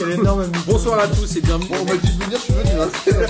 quel énorme mytho. Bonsoir à tous et bienvenue. Bon, on m'a dit de venir, je suis venu.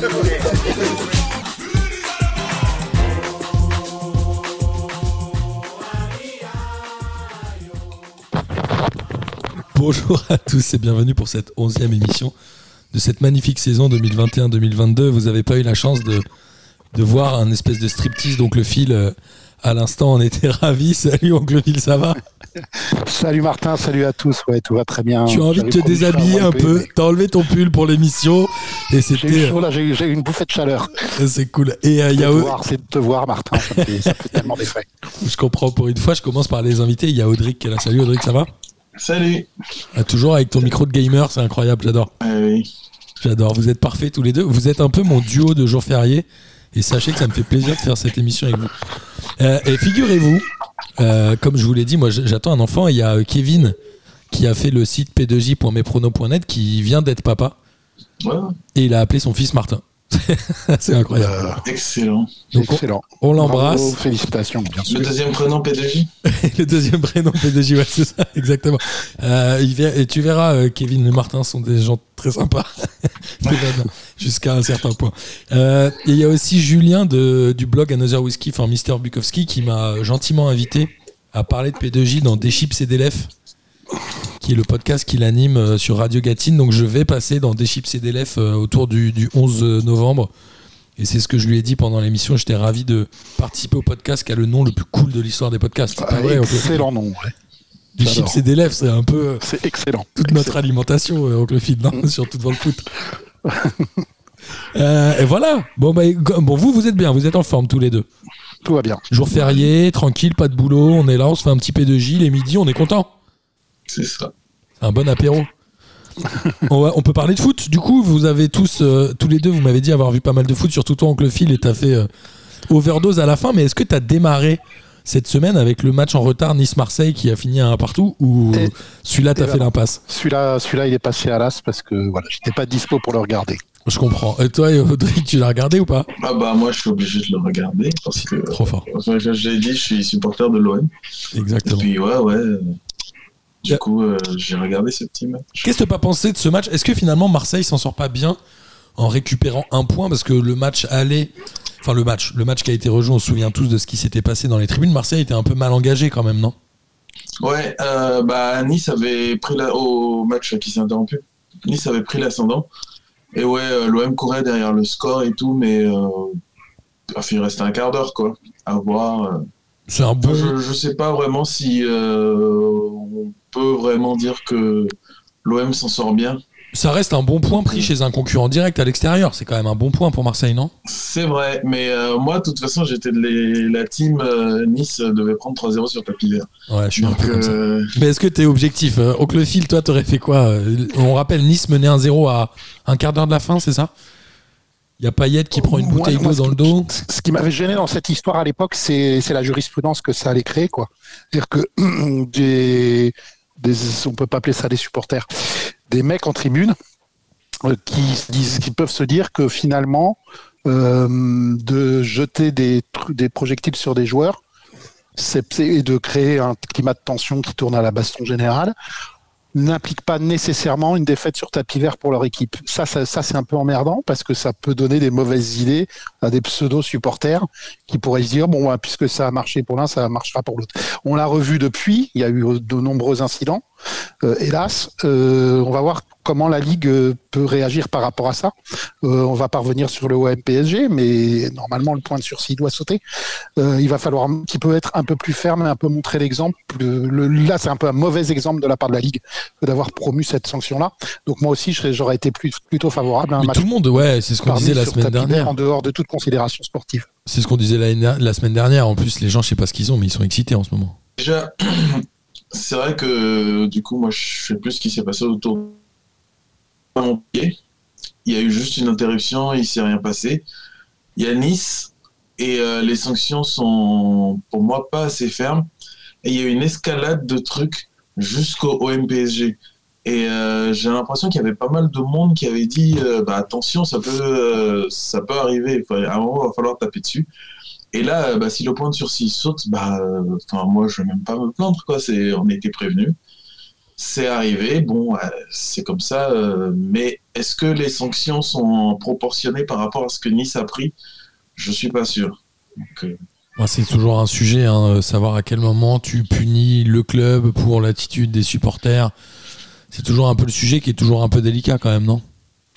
Bonjour à tous et bienvenue pour cette 11e émission de cette magnifique saison 2021-2022. Vous n'avez pas eu la chance de voir un espèce de striptease d'Oncle Phil à l'instant, on était ravis. Salut Oncle Phil, ça va? Salut Martin, salut à tous, ouais, tout va très bien. Tu as envie de te déshabiller un peu, t'as enlevé ton pull pour l'émission et c'était... J'ai eu chaud là, j'ai eu une bouffée de chaleur. C'est cool. Et c'est de te voir Martin, ça fait tellement d'effet. Je comprends, pour une fois je commence par les invités. Il y a Audric qui est là. Salut Audric, ça va? Salut. Toujours avec ton micro de gamer, c'est incroyable, j'adore. Oui. J'adore, vous êtes parfaits tous les deux. Vous êtes un peu mon duo de jours fériés. Et sachez que ça me fait plaisir de faire cette émission avec vous. Et figurez-vous, comme je vous l'ai dit, moi j'attends un enfant. Et il y a Kevin qui a fait le site p2j.mespronos.net qui vient d'être papa. Ouais. Et il a appelé son fils Martin. C'est incroyable. Excellent. Donc excellent. On l'embrasse. Bravo, félicitations, bien sûr. Le deuxième prénom P2J. Le deuxième prénom P2J, ouais, c'est ça, exactement. Et tu verras, Kevin et Martin sont des gens très sympas. Jusqu'à un certain point. Et il y a aussi Julien du blog Another Whiskey, enfin Mr. Bukowski, qui m'a gentiment invité à parler de P2J dans Des Chips et des Lèvres, qui est le podcast qu'il anime sur Radio Gatine. Donc je vais passer dans Des Chips et des Lèvres autour du 11 novembre. Et c'est ce que je lui ai dit pendant l'émission. J'étais ravi de participer au podcast qui a le nom le plus cool de l'histoire des podcasts. C'est pas vrai, excellent nom, ouais. Des chips et des lèvres, c'est un peu. C'est excellent. Toute notre alimentation, Oncle Phil, surtout devant le foot. Et voilà. Bon, vous êtes bien, vous êtes en forme tous les deux. Tout va bien. Jour férié, tranquille, pas de boulot, on est là, on se fait un petit P2J, les midis, on est content. C'est ça. C'est un bon apéro. On peut parler de foot. Du coup, vous avez tous les deux, vous m'avez dit avoir vu pas mal de foot, surtout toi, Oncle Phil, et t'as fait overdose à la fin. Mais est-ce que t'as démarré cette semaine avec le match en retard Nice-Marseille qui a fini à 1 partout, ou celui-là t'as fait l'impasse? Celui-là, il est passé à l'as parce que voilà, j'étais pas dispo pour le regarder. Je comprends. Et toi, Audrey, tu l'as regardé ou pas? Ah bah moi je suis obligé de le regarder parce que trop fort. Comme je l'ai dit, je suis supporter de l'OM. Exactement. Et puis ouais. Du coup, j'ai regardé ce petit match. Qu'est-ce que tu as pensé de ce match? Est-ce que finalement Marseille s'en sort pas bien en récupérant un point? Parce que le match allait... Enfin, le match qui a été rejoué, on se souvient tous de ce qui s'était passé dans les tribunes. Marseille était un peu mal engagé quand même, non? Ouais, Nice avait pris au match qui s'est interrompu. Nice avait pris l'ascendant. Et ouais, l'OM courait derrière le score et tout, mais il restait un quart d'heure, quoi, à voir. C'est un bon... Je sais pas vraiment si on peut vraiment dire que l'OM s'en sort bien. Ça reste un bon point pris chez un concurrent direct à l'extérieur. C'est quand même un bon point pour Marseille, non? C'est vrai, mais moi, de toute façon, j'étais de la team Nice devait prendre 3-0 sur tapis vert. Ouais, je suis un peu comme ça. Mais est-ce que t'es objectif? Oncle Phil, toi, t'aurais fait quoi? On rappelle, Nice menait 1-0 à un quart d'heure de la fin, c'est ça? Il y a Payet qui prend une bouteille d'eau dans le dos. Ce qui m'avait gêné dans cette histoire à l'époque, c'est la jurisprudence que ça allait créer, quoi. C'est-à-dire que on peut pas appeler ça des supporters, des mecs en tribune qui peuvent se dire que finalement de jeter des projectiles sur des joueurs et de créer un climat de tension qui tourne à la baston générale n'implique pas nécessairement une défaite sur tapis vert pour leur équipe. Ça c'est un peu emmerdant parce que ça peut donner des mauvaises idées à des pseudo-supporters qui pourraient se dire bon, puisque ça a marché pour l'un, ça marchera pour l'autre. On l'a revu depuis, il y a eu de nombreux incidents. Hélas, on va voir comment la Ligue peut réagir par rapport à ça. On va pas revenir sur le OM-PSG, mais normalement le point de sursis doit sauter. Il va falloir un petit peu être un peu plus ferme et un peu montrer l'exemple. Là, c'est un peu un mauvais exemple de la part de la Ligue d'avoir promu cette sanction-là. Donc moi aussi, j'aurais été plutôt favorable à un match. Tout le monde, ouais, c'est ce qu'on disait la semaine dernière. En dehors de toute considération sportive. C'est ce qu'on disait la semaine dernière. En plus, les gens, je sais pas ce qu'ils ont, mais ils sont excités en ce moment. Déjà, c'est vrai que du coup, moi, je sais plus ce qui s'est passé autour de mon pied. Il y a eu juste une interruption, il s'est rien passé. Il y a Nice et les sanctions sont pour moi pas assez fermes. Et il y a eu une escalade de trucs jusqu'au OM-PSG. Et j'ai l'impression qu'il y avait pas mal de monde qui avait dit attention, ça peut arriver. À un moment, il va falloir taper dessus. Et là, si le point de sursis saute, moi, je vais même pas me plaindre, quoi. On a été prévenus. C'est arrivé, bon, c'est comme ça, mais est-ce que les sanctions sont proportionnées par rapport à ce que Nice a pris? Je suis pas sûr. Donc, c'est toujours un sujet, savoir à quel moment tu punis le club pour l'attitude des supporters. C'est toujours un peu le sujet qui est toujours un peu délicat quand même, non?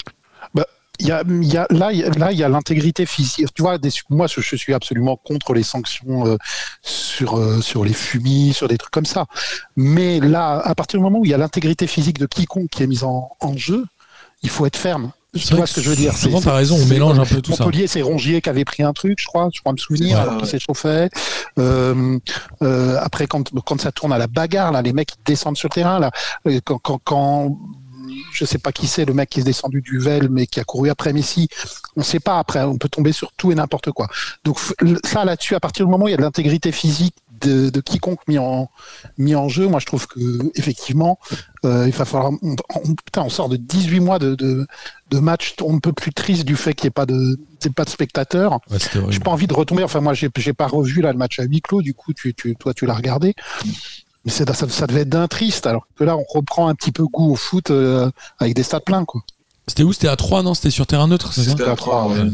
Là, il y a l'intégrité physique. Tu vois, moi, je suis absolument contre les sanctions sur les fumis, sur des trucs comme ça. Mais là, à partir du moment où il y a l'intégrité physique de quiconque qui est mise en jeu, il faut être ferme. Tu vois ce que je veux dire? Souvent, tu as raison, on mélange un peu tout ça. Montpellier, c'est Rongier qui avait pris un truc, je crois me souvenir, alors qu'il s'échauffait. Après, quand ça tourne à la bagarre, là, les mecs qui descendent sur le terrain, là, quand je sais pas qui c'est, le mec qui est descendu du Vel, mais qui a couru après Messi. On sait pas, après, on peut tomber sur tout et n'importe quoi. Donc, ça, là-dessus, à partir du moment où il y a de l'intégrité physique de quiconque mis en jeu, moi, je trouve que, effectivement, il va falloir, on sort de 18 mois de match, on ne peut plus triste du fait qu'il n'y ait pas de spectateurs. Ouais, j'ai pas envie de retomber. Enfin, moi, j'ai pas revu, là, le match à huis clos. Du coup, toi, tu l'as regardé. Mais ça devait être d'un triste, alors que là, on reprend un petit peu goût au foot avec des stades pleins, quoi. C'était où? C'était à 3, non? C'était sur terrain neutre, c'est ça? C'était à 3, ouais.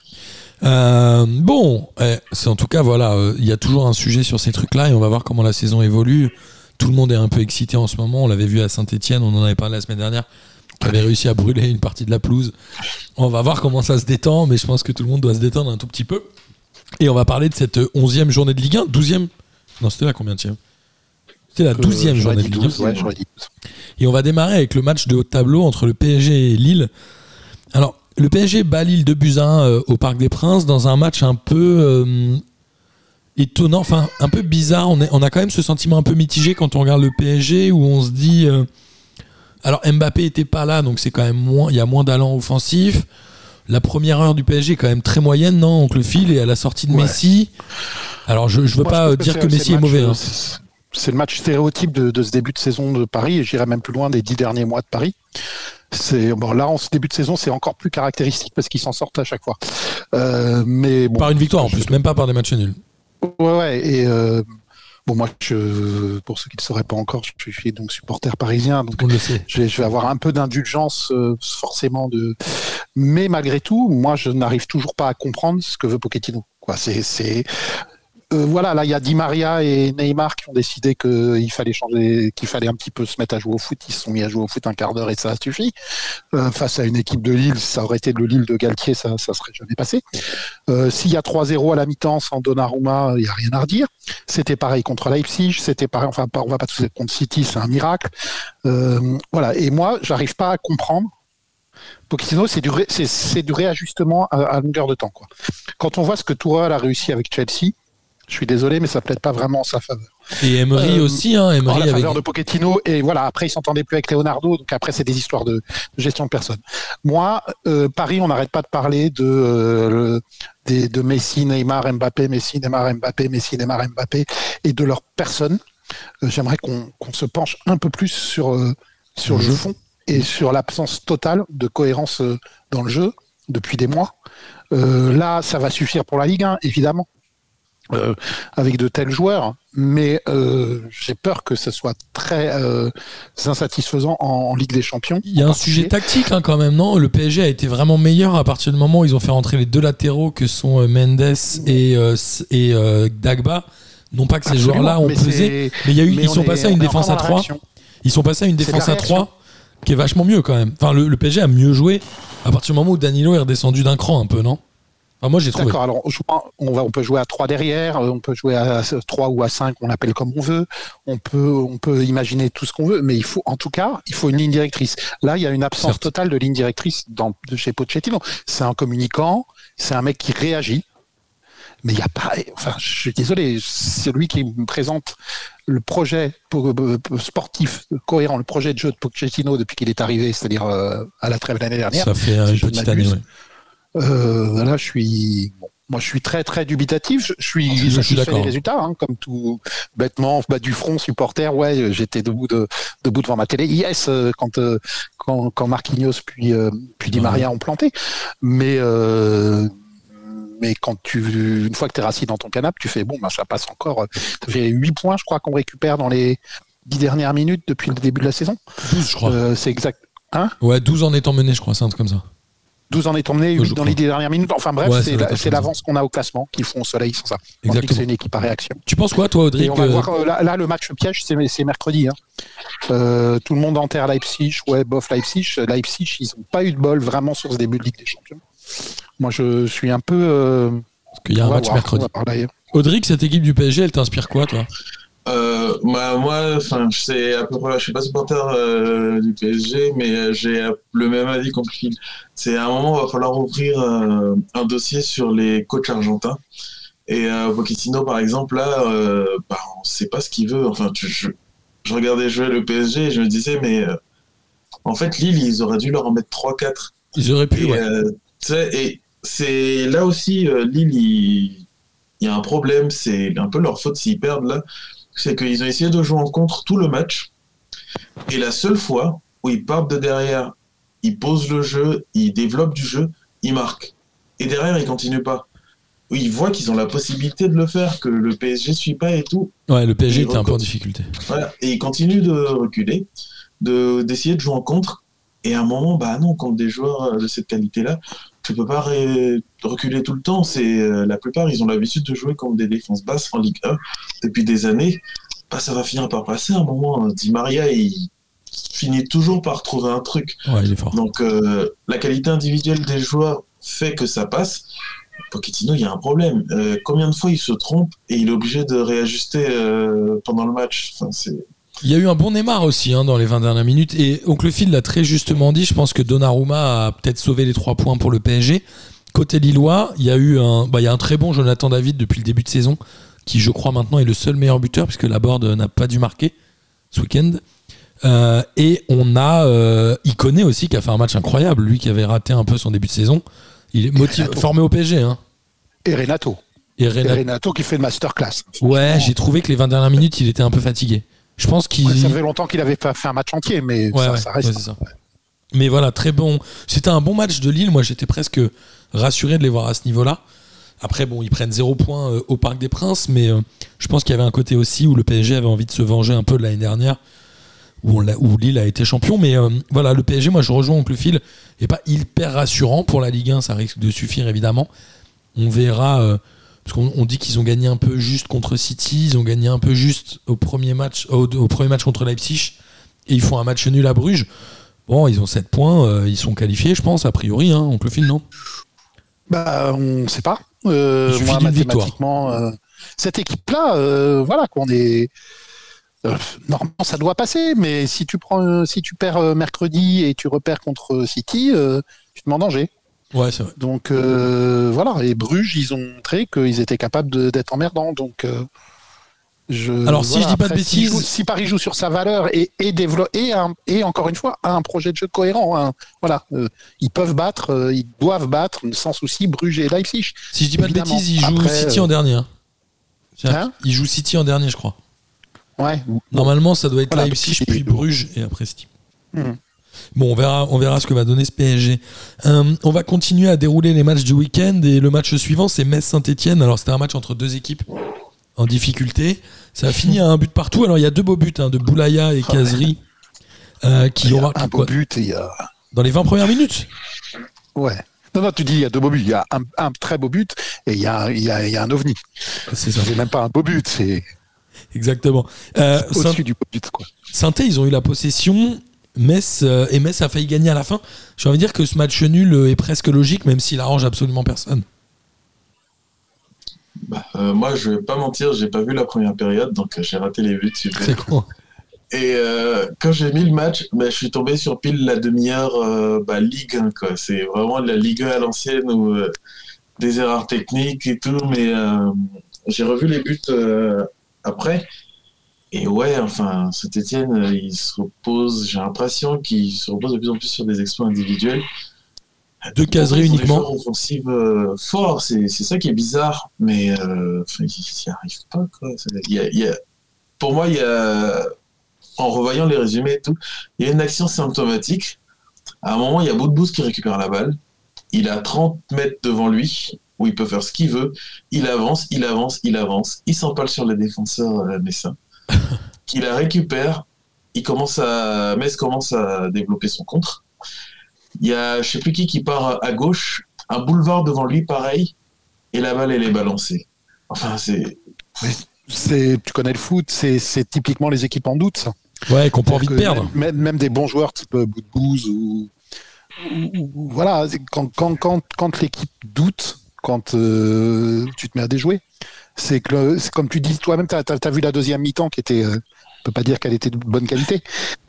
C'est en tout cas, voilà, il y a toujours un sujet sur ces trucs-là et on va voir comment la saison évolue. Tout le monde est un peu excité en ce moment. On l'avait vu à Saint-Etienne, on en avait parlé la semaine dernière. On avait réussi à brûler une partie de la pelouse. On va voir comment ça se détend, mais je pense que tout le monde doit se détendre un tout petit peu. Et on va parler de cette 11e journée de Ligue 1, 12e. Non, c'était la combienième? C'était la 12e journée de Ligue 1. Ouais, j'aurais dit 12. Et on va démarrer avec le match de haut de tableau entre le PSG et Lille. Alors, le PSG bat Lille 2-1 au Parc des Princes dans un match un peu étonnant, enfin un peu bizarre. On a quand même ce sentiment un peu mitigé quand on regarde le PSG où on se dit... alors Mbappé n'était pas là, donc c'est quand même il y a moins d'allant offensif. La première heure du PSG est quand même très moyenne, non? Donc le fil est à la sortie de Messi. Alors je veux pas dire que Messi est mauvais. C'est le match stéréotype de ce début de saison de Paris, et j'irais même plus loin des 10 derniers mois de Paris. Là, en ce début de saison, c'est encore plus caractéristique parce qu'ils s'en sortent à chaque fois. Mais bon, par une victoire en plus, même pas par des matchs nuls. Ouais, et moi, pour ceux qui ne le sauraient pas encore, je suis donc supporter parisien, donc on le sait. Je vais avoir un peu d'indulgence forcément mais malgré tout, moi, je n'arrive toujours pas à comprendre ce que veut Pochettino. Voilà, là, il y a Di Maria et Neymar qui ont décidé qu'il fallait changer, qu'il fallait un petit peu se mettre à jouer au foot. Ils se sont mis à jouer au foot un quart d'heure et ça a suffi. Face à une équipe de Lille, ça aurait été le Lille de Galtier, ça serait jamais passé. S'il y a 3-0 à la mi-temps sans Donnarumma, il n'y a rien à redire. C'était pareil contre Leipzig, c'était pareil, enfin, on va pas tous être contre City, c'est un miracle. Voilà, et moi, j'arrive pas à comprendre. Pochettino, c'est du réajustement à longueur de temps, quoi. Quand on voit ce que Tourelle a réussi avec Chelsea, je suis désolé, mais ça plaide pas vraiment en sa faveur. Et Emery aussi, hein. Emery la faveur de Pochettino, et voilà, après, il s'entendait plus avec Leonardo, donc après, c'est des histoires de gestion de personnes. Moi, Paris, on n'arrête pas de parler de Messi, Neymar, Mbappé, Messi, Neymar, Mbappé, Messi, Neymar, Mbappé, et de leur personne. J'aimerais qu'on se penche un peu plus sur le fond et sur l'absence totale de cohérence dans le jeu depuis des mois. Là, ça va suffire pour la Ligue 1, évidemment. Avec de tels joueurs, mais j'ai peur que ce soit très insatisfaisant en Ligue des Champions. Il y a un sujet tactique quand même, non? Le PSG a été vraiment meilleur à partir du moment où ils ont fait rentrer les deux latéraux que sont Mendes et Dagba. Non pas que ces joueurs-là ont pesé, mais ils sont passés à une défense à 3. Ils sont passés à une défense à 3 qui est vachement mieux quand même. Enfin, le PSG a mieux joué à partir du moment où Danilo est redescendu d'un cran un peu, non? Enfin, moi, j'ai trouvé. D'accord, alors on peut jouer à 3 derrière, on peut jouer à 3 ou à 5, on l'appelle comme on veut, on peut imaginer tout ce qu'on veut, mais il faut une ligne directrice. Là, il y a une absence totale de ligne directrice chez Pochettino. C'est un communicant, c'est un mec qui réagit, mais il n'y a pas... Enfin, je suis désolé, c'est lui qui me présente le projet sportif cohérent, le projet de jeu de Pochettino depuis qu'il est arrivé, c'est-à-dire à la trêve l'année dernière. Ça fait une petite année, oui. Là, je suis très très dubitatif. Je suis d'accord. Les résultats, hein, comme tout bêtement, bas du front, supporter. Ouais, j'étais debout devant ma télé. Yes, quand Marquinhos puis Di Maria ont planté. Mais une fois que t'es rassis dans ton canapé, tu fais bon, ça passe encore. Ça fait 8 points, je crois, qu'on récupère dans les 10 dernières minutes depuis le début de la saison. 12, je crois. C'est exact. Hein, Ouais, 12 en étant mené, je crois, c'est un truc comme ça. 12 en étant mené, 8 dans les 10 dernières minutes. Enfin bref, Ouais, c'est l'avance qu'on a au classement qu'ils font au soleil sans ça. On dit que c'est une équipe à réaction. Tu penses quoi, toi, Audrey? Et on va voir, là, le match piège, c'est mercredi. Hein. Tout le monde enterre Leipzig. Ouais, bof, Leipzig. Leipzig, ils n'ont pas eu de bol vraiment sur ce début de Ligue des Champions. Moi, je suis un peu... Parce qu'il y a un match mercredi. Audrey, cette équipe du PSG, elle t'inspire quoi, toi? Moi, c'est à peu près, je suis pas supporter du PSG, mais j'ai le même avis qu'en Phil. C'est à un moment, il va falloir ouvrir un dossier sur les coachs argentins. Et Pochettino, par exemple, là, on sait pas ce qu'il veut. Enfin, je regardais jouer le PSG et je me disais, mais en fait, Lille, ils auraient dû leur en mettre 3-4. Ils auraient pu, ouais. Et c'est là aussi, Lille, il y a un problème, c'est un peu leur faute s'ils perdent là. C'est qu'ils ont essayé de jouer en contre tout le match. Et la seule fois où ils partent de derrière, ils posent le jeu, ils développent du jeu, ils marquent. Et derrière, ils continuent pas. Ils voient qu'ils ont la possibilité de le faire, que le PSG suit pas et tout. Ouais, le PSG était un peu en difficulté. Voilà. Et ils continuent de reculer, d'essayer de jouer en contre. Et à un moment, non, contre des joueurs de cette qualité-là, tu peux pas reculer tout le temps. La plupart, ils ont l'habitude de jouer contre des défenses basses en Ligue 1 depuis des années. Ça va finir par passer à un moment. Di Maria, il finit toujours par trouver un truc. Ouais, il est fort. Donc, la qualité individuelle des joueurs fait que ça passe. Pochettino, il y a un problème. Combien de fois il se trompe et il est obligé de réajuster pendant le match? Il y a eu un bon Neymar aussi dans les 20 dernières minutes. Et Oncle Phil l'a très justement dit. Je pense que Donnarumma a peut-être sauvé les 3 points pour le PSG. Côté lillois, il y a eu un très bon Jonathan David depuis le début de saison, qui je crois maintenant est le seul meilleur buteur, puisque Laborde n'a pas dû marquer ce week-end. Et on a Iconé aussi, qui a fait un match incroyable. Lui qui avait raté un peu son début de saison. Il est formé au PSG. Et Renato. Et Renato qui fait une masterclass. Ouais, j'ai trouvé que les 20 dernières minutes, il était un peu fatigué. Je pense ça fait longtemps qu'il avait pas fait un match entier, mais ça reste. Ouais, c'est ça. Mais voilà, très bon. C'était un bon match de Lille. Moi, j'étais presque rassuré de les voir à ce niveau-là. Après, ils prennent 0 points au Parc des Princes, mais je pense qu'il y avait un côté aussi où le PSG avait envie de se venger un peu de l'année dernière, où Lille a été champion. Mais voilà, le PSG, moi, je rejoins Oncle Phil, n'est pas hyper rassurant pour la Ligue 1. Ça risque de suffire, évidemment. On verra. Parce qu'on dit qu'ils ont gagné un peu juste contre City, ils ont gagné un peu juste au premier match contre Leipzig, et ils font un match nul à Bruges. Bon, ils ont 7 points, ils sont qualifiés, je pense, a priori, Oncle Phil, non? On ne sait pas. Il suffit d'une victoire. Cette équipe-là, voilà, qu'on est. Normalement, ça doit passer, mais si tu perds mercredi et tu repères contre City, tu te mets en danger. Ouais, c'est vrai. Donc voilà, et Bruges, ils ont montré qu'ils étaient capables d'être emmerdants. Donc alors si je dis pas de bêtises, si Paris joue sur sa valeur et encore une fois a un projet de jeu cohérent, voilà, ils peuvent battre, ils doivent battre sans souci Bruges et Leipzig. Si je dis pas de bêtises, ils jouent City en dernier. Ils jouent City en dernier, je crois. Ouais. Normalement, ça doit être Leipzig puis Bruges et après City. Bon, on verra ce que va donner ce PSG. On va continuer à dérouler les matchs du week-end et le match suivant, c'est Metz-Saint-Etienne. Alors, c'était un match entre 2 équipes en difficulté. Ça a fini à un but partout. Alors, il y a 2 beaux buts de Boulaya et Kazri qui ont marqué. Un beau but, dans les 20 premières minutes. Ouais. Non, tu dis il y a 2 beaux buts. Il y a un très beau but et il y a un ovni. C'est ça. C'est même pas un beau but, c'est. Exactement. Au-dessus du beau but, quoi. Saint-Etienne, ils ont eu la possession. Metz a failli gagner à la fin. J'ai envie de dire que ce match nul est presque logique, même s'il arrange absolument personne. Moi, je vais pas mentir, j'ai pas vu la première période, donc j'ai raté les buts. C'est quoi? Et quand j'ai mis le match, je suis tombé sur pile la demi-heure Ligue 1, quoi. C'est vraiment de la Ligue 1 à l'ancienne, où des erreurs techniques et tout, mais j'ai revu les buts après. Et ouais, enfin, Saint-Etienne, il se repose, j'ai l'impression qu'il se repose de plus en plus sur des exploits individuels. 2 caseries uniquement. Des joueurs offensifs forts, c'est ça qui est bizarre, mais ils n'y arrivent pas, quoi. Pour moi, en revoyant les résumés et tout, il y a une action symptomatique. À un moment, il y a Boudbouz qui récupère la balle. Il a 30 mètres devant lui, où il peut faire ce qu'il veut. Il avance. Il s'empale sur les défenseurs messins. qui la récupère. Metz commence à développer son contre. Il y a je sais plus qui part à gauche, un boulevard devant lui pareil, et la balle elle est balancée. Enfin tu connais le foot, c'est typiquement les équipes en doute, ça. Ouais, qu'on n'a pas envie de perdre. Même des bons joueurs type Boudbouz voilà, quand l'équipe doute, quand tu te mets à déjouer, c'est comme tu dis toi-même, t'as vu la deuxième mi-temps qui était, on peut pas dire qu'elle était de bonne qualité.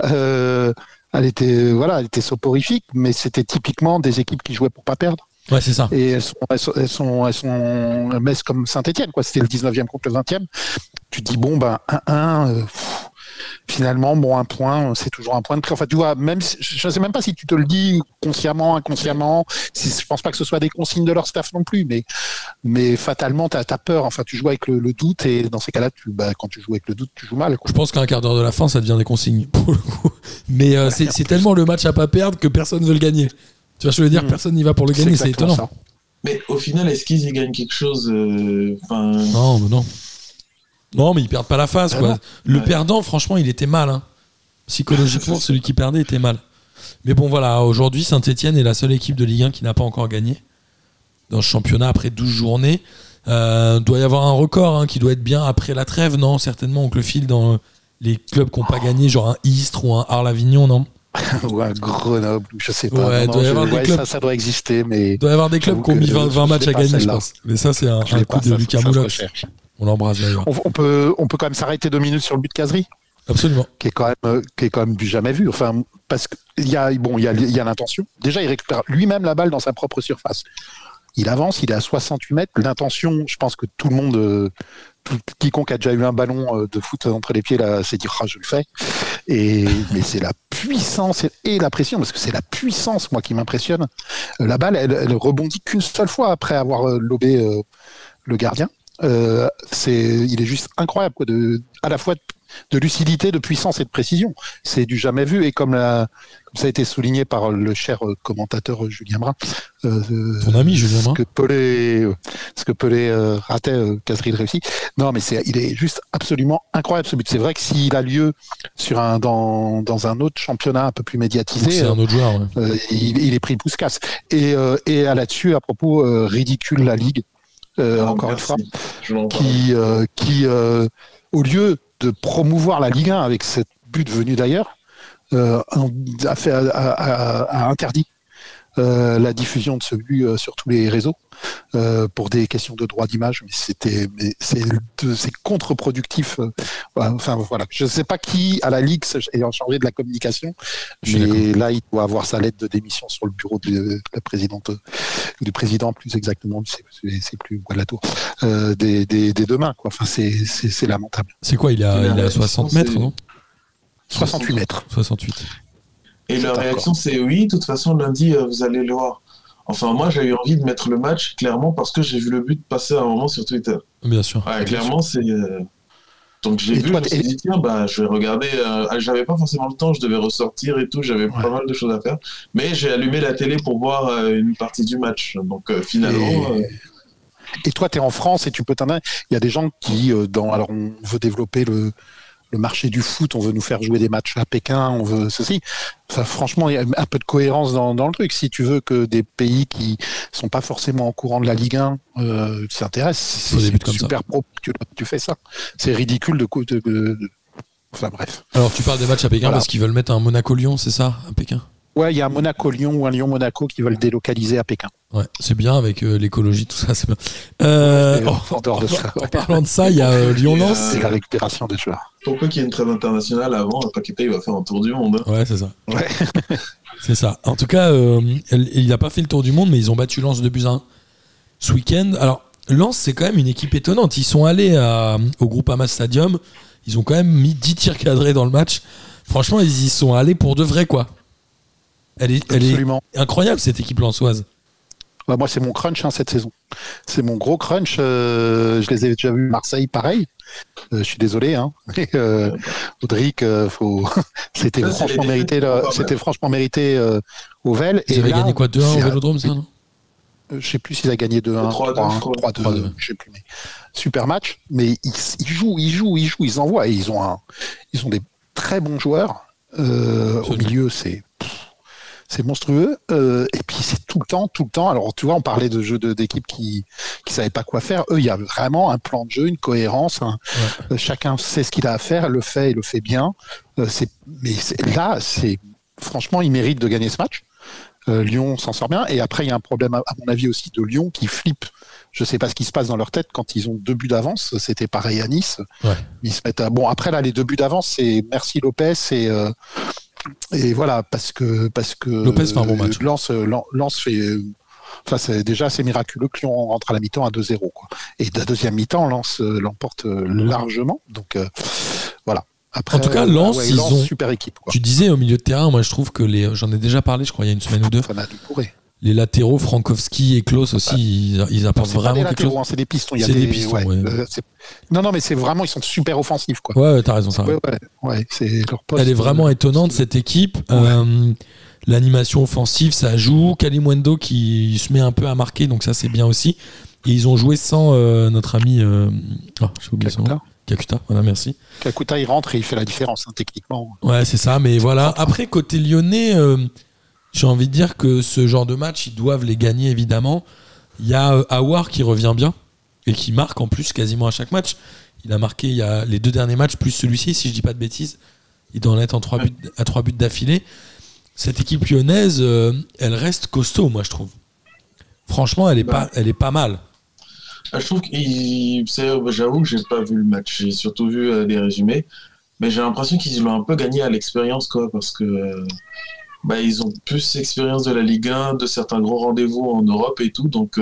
Elle était soporifique, mais c'était typiquement des équipes qui jouaient pour pas perdre. Ouais, c'est ça. Et elles sont Metz comme Saint-Etienne, quoi. C'était le 19e contre le 20e. Tu te dis, bon, 1-1, finalement, un point, c'est toujours un point de prix. Enfin, tu vois, même, je ne sais même pas si tu te le dis consciemment, inconsciemment. Je pense pas que ce soit des consignes de leur staff non plus, mais fatalement, tu as peur. Enfin, tu joues avec le doute, et dans ces cas-là, quand tu joues avec le doute, tu joues mal, quoi. Je pense qu'à un quart d'heure de la fin, ça devient des consignes, pour le coup. Mais c'est tellement le match à pas perdre que personne ne veut le gagner. Tu vois, je veux dire, personne n'y va pour le gagner, c'est étonnant. Ça. Mais au final, est-ce qu'ils y gagnent quelque chose Non, mais non. Non, mais ils perdent pas la face, quoi. Non. Le perdant, franchement, il était mal. Hein. Psychologiquement, celui qui perdait était mal. Mais bon, voilà, aujourd'hui, Saint-Etienne est la seule équipe de Ligue 1 qui n'a pas encore gagné dans ce championnat après 12 journées. Doit y avoir un record qui doit être bien après la trêve, non? Certainement, on le file dans les clubs qui n'ont pas gagné, genre un Istres ou un Arles-Avignon, non? Ou à Grenoble, je sais pas. Ouais, ça doit exister, mais il doit y avoir des clubs qui ont mis 20 matchs à gagner, je pense. Mais ça, c'est un coup de Lucas Moulox. On l'embrasse d'ailleurs. On peut quand même s'arrêter 2 minutes sur le but de Cazerie. Absolument. Qui est quand même du jamais vu. Enfin, parce qu'il y a l'intention. Déjà, il récupère lui-même la balle dans sa propre surface. Il avance, il est à 68 mètres. L'intention, je pense que tout le monde, quiconque a déjà eu un ballon de foot entre les pieds, là, s'est dit « je le fais ». Mais c'est la puissance et la pression, parce que c'est la puissance, moi, qui m'impressionne. La balle, elle rebondit qu'une seule fois après avoir lobé le gardien. Il est juste incroyable, quoi, à la fois de lucidité, de puissance et de précision. C'est du jamais vu, et comme ça a été souligné par le cher commentateur Julien Brun, ton ami Julien Brun, ce que Pelé ratait, Cazerie réussit. Non, mais il est juste absolument incroyable, ce but. C'est vrai que s'il a lieu dans un autre championnat un peu plus médiatisé, c'est un autre joueur, il est pris Puskas. Et là-dessus, à propos, ridicule la Ligue. Encore une fois, qui au lieu de promouvoir la Ligue 1 avec cette but venu d'ailleurs, a interdit la diffusion de ce but sur tous les réseaux pour des questions de droit d'image. Mais c'est contre-productif. Enfin voilà, je ne sais pas qui à la Ligue ayant chargé de la communication, mais là il doit avoir sa lettre de démission sur le bureau de la présidente, du président plus exactement. C'est plus Gualatour des deux mains, quoi. Enfin c'est lamentable. C'est quoi, il a 60 mètres, non? 68 mètres. 68. Et la réaction, c'est oui, de toute façon, lundi, vous allez le voir. Enfin, moi, j'ai eu envie de mettre le match, clairement, parce que j'ai vu le but passer à un moment sur Twitter. Bien sûr. Ouais, clairement, c'est. Donc, j'ai vu, je me suis dit, tiens, je vais regarder. J'avais pas forcément le temps, je devais ressortir et tout, j'avais pas mal de choses à faire. Mais j'ai allumé la télé pour voir une partie du match. Donc, finalement. Et toi, tu es en France et tu peux t'en aller. Il y a des gens qui, alors, on veut développer le marché du foot, on veut nous faire jouer des matchs à Pékin, on veut ceci. Enfin, franchement, il y a un peu de cohérence dans le truc. Si tu veux que des pays qui sont pas forcément au courant de la Ligue 1 s'intéressent, c'est super pro que tu fais ça. C'est ridicule Enfin bref. Alors tu parles des matchs à Pékin parce qu'ils veulent mettre un Monaco-Lyon, c'est ça, à Pékin? Ouais, il y a un Monaco-Lyon ou un Lyon-Monaco qui veulent délocaliser à Pékin. Ouais, c'est bien avec l'écologie, tout ça, c'est bien. En parlant de ça, il y a Lyon-Lens. C'est la récupération des joueurs. Pourquoi qu'il y ait une trêve internationale avant, Paqueta, il va faire un tour du monde. Ouais, c'est ça. Ouais. C'est ça. En tout cas, il n'a pas fait le tour du monde, mais ils ont battu Lens 2-1 ce week-end. Alors, Lens, c'est quand même une équipe étonnante. Ils sont allés au Groupama Stadium. Ils ont quand même mis 10 tirs cadrés dans le match. Franchement, ils y sont allés pour de vrai, quoi. Elle est incroyable, cette équipe lensoise. Bah, moi, c'est mon crunch cette saison. C'est mon gros crunch. Je les ai déjà vus Marseille, pareil. Je suis désolé. Audric, c'était franchement mérité. C'était franchement mérité au Vel. Ils avaient gagné quoi, 2-1 au Vélodrome, ça, non? Je sais plus s'il a gagné 2-1, 3-1, 3-2, je sais plus. Mais super match. Mais ils jouent, ils envoient. Et ils ont des très bons joueurs. Au milieu, c'est monstrueux. Et puis c'est tout le temps. Alors tu vois, on parlait de jeux d'équipe qui savaient pas quoi faire. Eux, il y a vraiment un plan de jeu, une cohérence. Chacun sait ce qu'il a à faire, il le fait bien. Franchement, ils méritent de gagner ce match. Lyon s'en sort bien. Et après, il y a un problème, à mon avis, aussi de Lyon qui flippe. Je ne sais pas ce qui se passe dans leur tête quand ils ont 2 buts d'avance. C'était pareil à Nice. Ouais. Ils se mettent Bon, après, là, les 2 buts d'avance, c'est Merci Lopez et voilà, parce que Lopez fait un bon match. Lens fait... Enfin, c'est miraculeux que Lyon rentre à la mi-temps à 2-0. Quoi. Et de la deuxième mi-temps, Lens l'emporte largement. Donc, voilà. Après, en tout cas, Lens, ils ont super équipe. Quoi. Tu disais au milieu de terrain, moi je trouve que j'en ai déjà parlé, je crois il y a une semaine ou deux. Les latéraux, Frankowski et Klose aussi, ils apportent vraiment quelque chose. C'est des pistons. C'est des pistons. Ouais. Non, mais c'est vraiment, ils sont super offensifs, quoi. Ouais, t'as raison. C'est leur poste. Elle est vraiment étonnante cette équipe. Ouais. L'animation offensive, ça joue. Kalimundo qui se met un peu à marquer, donc ça c'est bien aussi. Et ils ont joué sans notre ami. J'ai oublié son nom. Kakuta, voilà, merci. Kakuta, il rentre et il fait la différence, techniquement. Ouais, c'est ça, mais voilà. Après, côté lyonnais, j'ai envie de dire que ce genre de match, ils doivent les gagner, évidemment. Il y a Aouar qui revient bien et qui marque en plus quasiment à chaque match. Il a marqué il y a les 2 derniers matchs, plus celui-ci, si je dis pas de bêtises. Il doit en être à 3 buts d'affilée. Cette équipe lyonnaise, elle reste costaud, moi, je trouve. Franchement, elle est pas mal. Je trouve j'avoue que j'ai pas vu le match, j'ai surtout vu des résumés, mais j'ai l'impression qu'ils l'ont un peu gagné à l'expérience, quoi, parce que ils ont plus l'expérience de la Ligue 1, de certains gros rendez-vous en Europe et tout, donc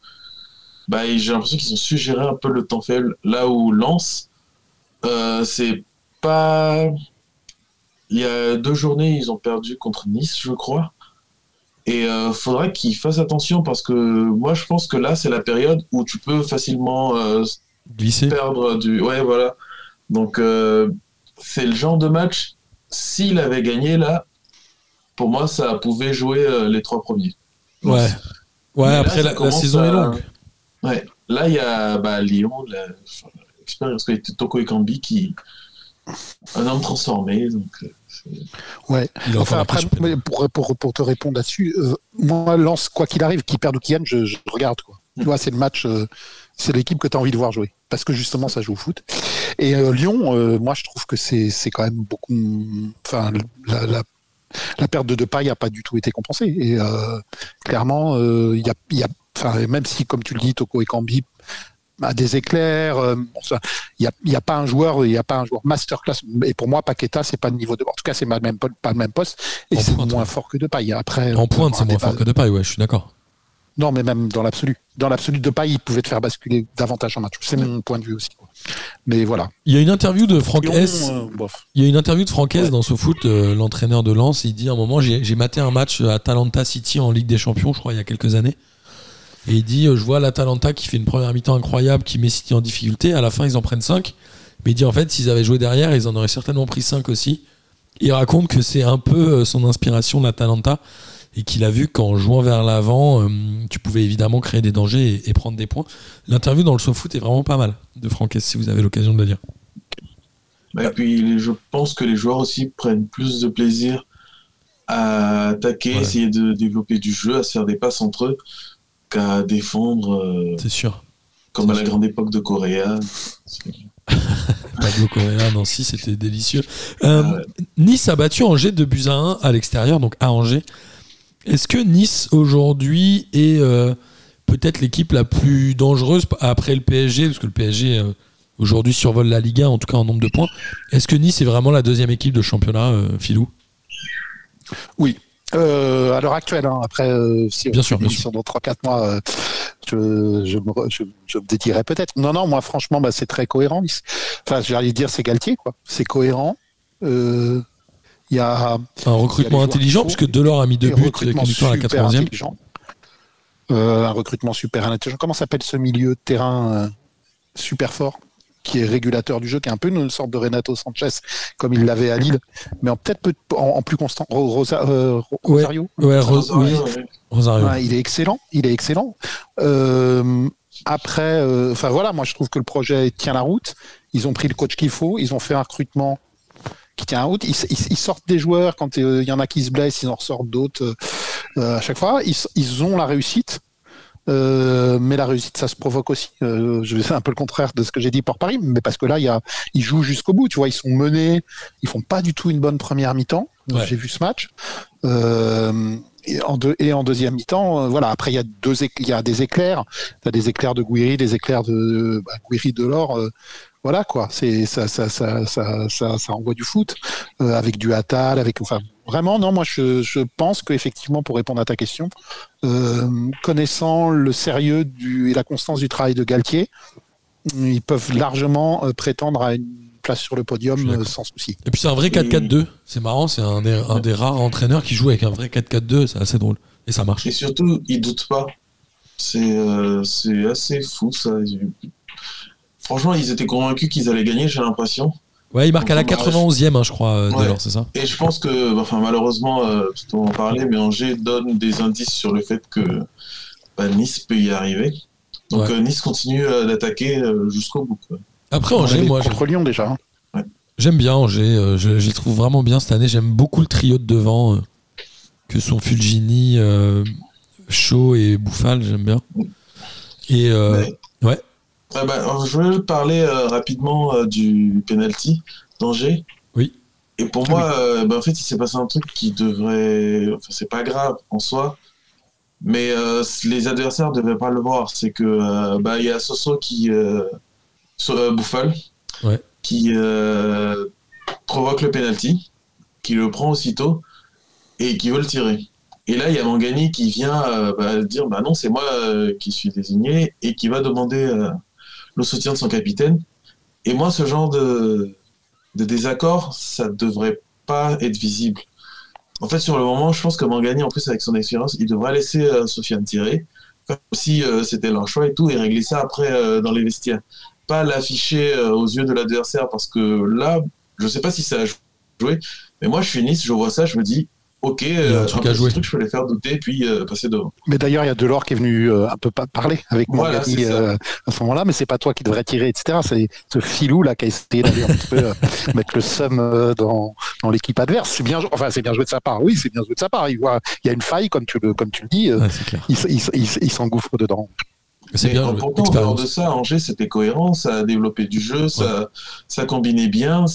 j'ai l'impression qu'ils ont su gérer un peu le temps faible, là où Lens, c'est pas... Il y a 2 journées, ils ont perdu contre Nice, je crois. Et faudrait qu'ils fassent attention parce que moi je pense que là c'est la période où tu peux facilement glisser, perdre du... Ouais, voilà. Donc c'est le genre de match, s'il avait gagné là, pour moi ça pouvait jouer les 3 premiers. Donc, ouais, après là, la saison est longue. Ouais, là il y a Lyon, l'expérience que était Toko Ekambi qui... Un homme transformé, donc... Ouais. Enfin, après, pour te répondre là-dessus, moi, Lens, quoi qu'il arrive, qu'il perde ou qu'il gagne, je regarde, quoi. Tu vois, c'est le match, c'est l'équipe que tu as envie de voir jouer. Parce que justement, ça joue au foot. Et Lyon, moi, je trouve que c'est quand même beaucoup. Enfin, la perte de Depay n'a pas du tout été compensée. Et clairement, il y a même si, comme tu le dis, Toko Ekambi à des éclairs, il y a pas un joueur masterclass. Et pour moi, Paqueta, c'est pas le niveau de. En tout cas, c'est pas le même poste. Et c'est moins fort que Depay. Après, en pointe, c'est moins fort que Depay. Ouais, je suis d'accord. Non, mais même dans l'absolu. Dans l'absolu, Depay, il pouvait te faire basculer davantage en match. C'est mon point de vue aussi. Quoi. Mais voilà. Il y a une interview de Franck S. Il y a une interview de Franck S dans SoFoot, l'entraîneur de Lens. Il dit à un moment, j'ai maté un match à Atalanta City en Ligue des Champions, je crois, il y a quelques années. Et il dit, je vois l'Atalanta qui fait une première mi-temps incroyable, qui met City en difficulté. À la fin, ils en prennent 5. Mais il dit, en fait, s'ils avaient joué derrière, ils en auraient certainement pris 5 aussi. Il raconte que c'est un peu son inspiration, l'Atalanta, et qu'il a vu qu'en jouant vers l'avant, tu pouvais évidemment créer des dangers et prendre des points. L'interview dans le SoFoot est vraiment pas mal, de Franck S, si vous avez l'occasion de le lire. Et puis, je pense que les joueurs aussi prennent plus de plaisir à attaquer, essayer de développer du jeu, à se faire des passes entre eux, qu'à défendre. C'est sûr. Comme à la grande époque de Correa. Pablo Correa, Nancy, c'était délicieux. Nice a battu Angers 2-1 à l'extérieur, donc à Angers. Est-ce que Nice aujourd'hui est peut-être l'équipe la plus dangereuse après le PSG, parce que le PSG aujourd'hui survole la Ligue 1, en tout cas en nombre de points. Est-ce que Nice est vraiment la deuxième équipe de championnat, Philou ? Oui. À l'heure actuelle, après, si bien sûr. Dans 3-4 mois, je me dédierai peut-être. Non, moi, franchement, c'est très cohérent. Enfin, j'allais dire, c'est Galtier, quoi. C'est cohérent. Il y a un recrutement intelligent, puisque Delors a mis 2 buts avec une victoire à la 80e. Un recrutement super intelligent. Comment s'appelle ce milieu de terrain super fort qui est régulateur du jeu, qui est un peu une sorte de Renato Sanchez, comme il l'avait à Lille, mais peut-être en plus constant. Rosario. Oui. Rosario. Ouais, il est excellent. Après, voilà, moi je trouve que le projet tient la route. Ils ont pris le coach qu'il faut, ils ont fait un recrutement qui tient la route. Ils sortent des joueurs quand il y en a qui se blessent, ils en ressortent d'autres à chaque fois. Ils ont la réussite. Mais la réussite, ça se provoque aussi. C'est un peu le contraire de ce que j'ai dit pour Paris, mais parce que là, ils jouent jusqu'au bout. Tu vois, ils sont menés, ils font pas du tout une bonne première mi-temps. Ouais. J'ai vu ce match. Et en deuxième mi-temps, voilà. Après, il y a des éclairs. T'as des éclairs de Gouiri, des éclairs de Gouiri, Delors. Voilà quoi. Ça envoie du foot avec du Attal, vraiment. Non, moi je pense qu'effectivement, pour répondre à ta question, connaissant le sérieux et la constance du travail de Galtier, ils peuvent largement prétendre à une place sur le podium sans souci. Et puis c'est un vrai 4-4-2. C'est marrant, c'est un des rares entraîneurs qui joue avec un vrai 4-4-2. C'est assez drôle. Et ça marche. Et surtout, il doute pas. C'est assez fou ça. Franchement, ils étaient convaincus qu'ils allaient gagner, j'ai l'impression. Ouais, il marque à la 91e, je crois, Delors, c'est ça. Et je pense que, malheureusement, on en parlait, mais Angers donne des indices sur le fait que Nice peut y arriver. Donc Nice continue d'attaquer jusqu'au bout. Quoi. Après, Angers, moi. Contre Lyon déjà. Ouais. J'aime bien Angers, je les trouve vraiment bien cette année. J'aime beaucoup le trio de devant, que sont Fulgini, Shaw et Bouffal, j'aime bien. Et ouais. Je voulais parler rapidement du penalty d'Angers. Oui. Et pour moi, en fait, il s'est passé un truc qui devrait... Enfin, c'est pas grave en soi, mais les adversaires ne devaient pas le voir. C'est que il y a Soso qui... Bouffal, qui provoque le penalty, qui le prend aussitôt et qui veut le tirer. Et là, il y a Mangani qui vient dire non, c'est moi qui suis désigné, et qui va demander le soutien de son capitaine. Et moi, ce genre de désaccord, ça devrait pas être visible. En fait, sur le moment, je pense que Mangani, en plus avec son expérience, il devrait laisser Sofiane tirer, comme si c'était leur choix et tout, et régler ça après dans les vestiaires. Pas l'afficher aux yeux de l'adversaire, parce que là, je sais pas si ça a joué, mais moi, je suis Nice, je vois ça, je me dis, ok, un truc, je peux les faire douter, puis passer devant. Mais d'ailleurs, il y a Delors qui est venu un peu parler avec Mangani à ce moment-là, mais c'est pas toi qui devrais tirer, etc. C'est ce filou là qui a essayé d'aller un petit peu mettre le seum dans l'équipe adverse. C'est bien joué de sa part. Oui, c'est bien joué de sa part. Il y a une faille, comme tu le dis. Il s'engouffre dedans. C'est bien. Pourtant, en dehors de ça, Angers, c'était cohérent, ça a développé du jeu, ça combinait bien.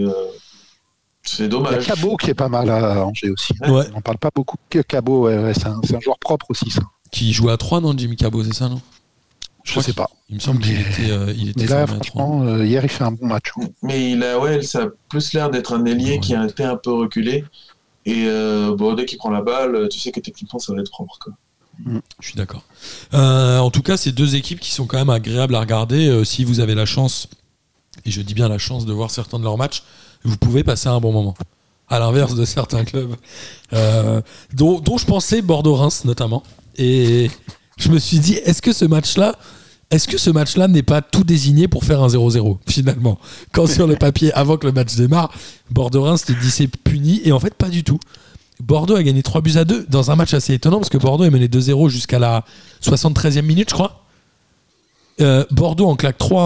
C'est dommage. Il y a Cabot qui est pas mal à Angers aussi. Ouais. On n'en parle pas beaucoup. Cabot, c'est un joueur propre aussi, ça. Qui joue à 3, non, Jimmy Cabot, c'est ça, non? Je sais pas. Il me semble qu'il était mais là, franchement, hier, il fait un bon match. Mais ça a plus l'air d'être un ailier qui a été un peu reculé. Et dès qu'il prend la balle, tu sais que techniquement, ça va être propre, quoi. Je suis d'accord. En tout cas, c'est deux équipes qui sont quand même agréables à regarder. Si vous avez la chance, et je dis bien la chance de voir certains de leurs matchs, vous pouvez passer un bon moment. À l'inverse de certains clubs dont je pensais Bordeaux-Reims notamment. Et je me suis dit, est-ce que ce match-là n'est pas tout désigné pour faire un 0-0 finalement? Quand sur le papier, avant que le match démarre, Bordeaux-Reims t'es dit c'est puni, et en fait pas du tout. Bordeaux a gagné 3-2 dans un match assez étonnant, parce que Bordeaux est mené 2-0 jusqu'à la 73e minute, je crois. Bordeaux en claque 3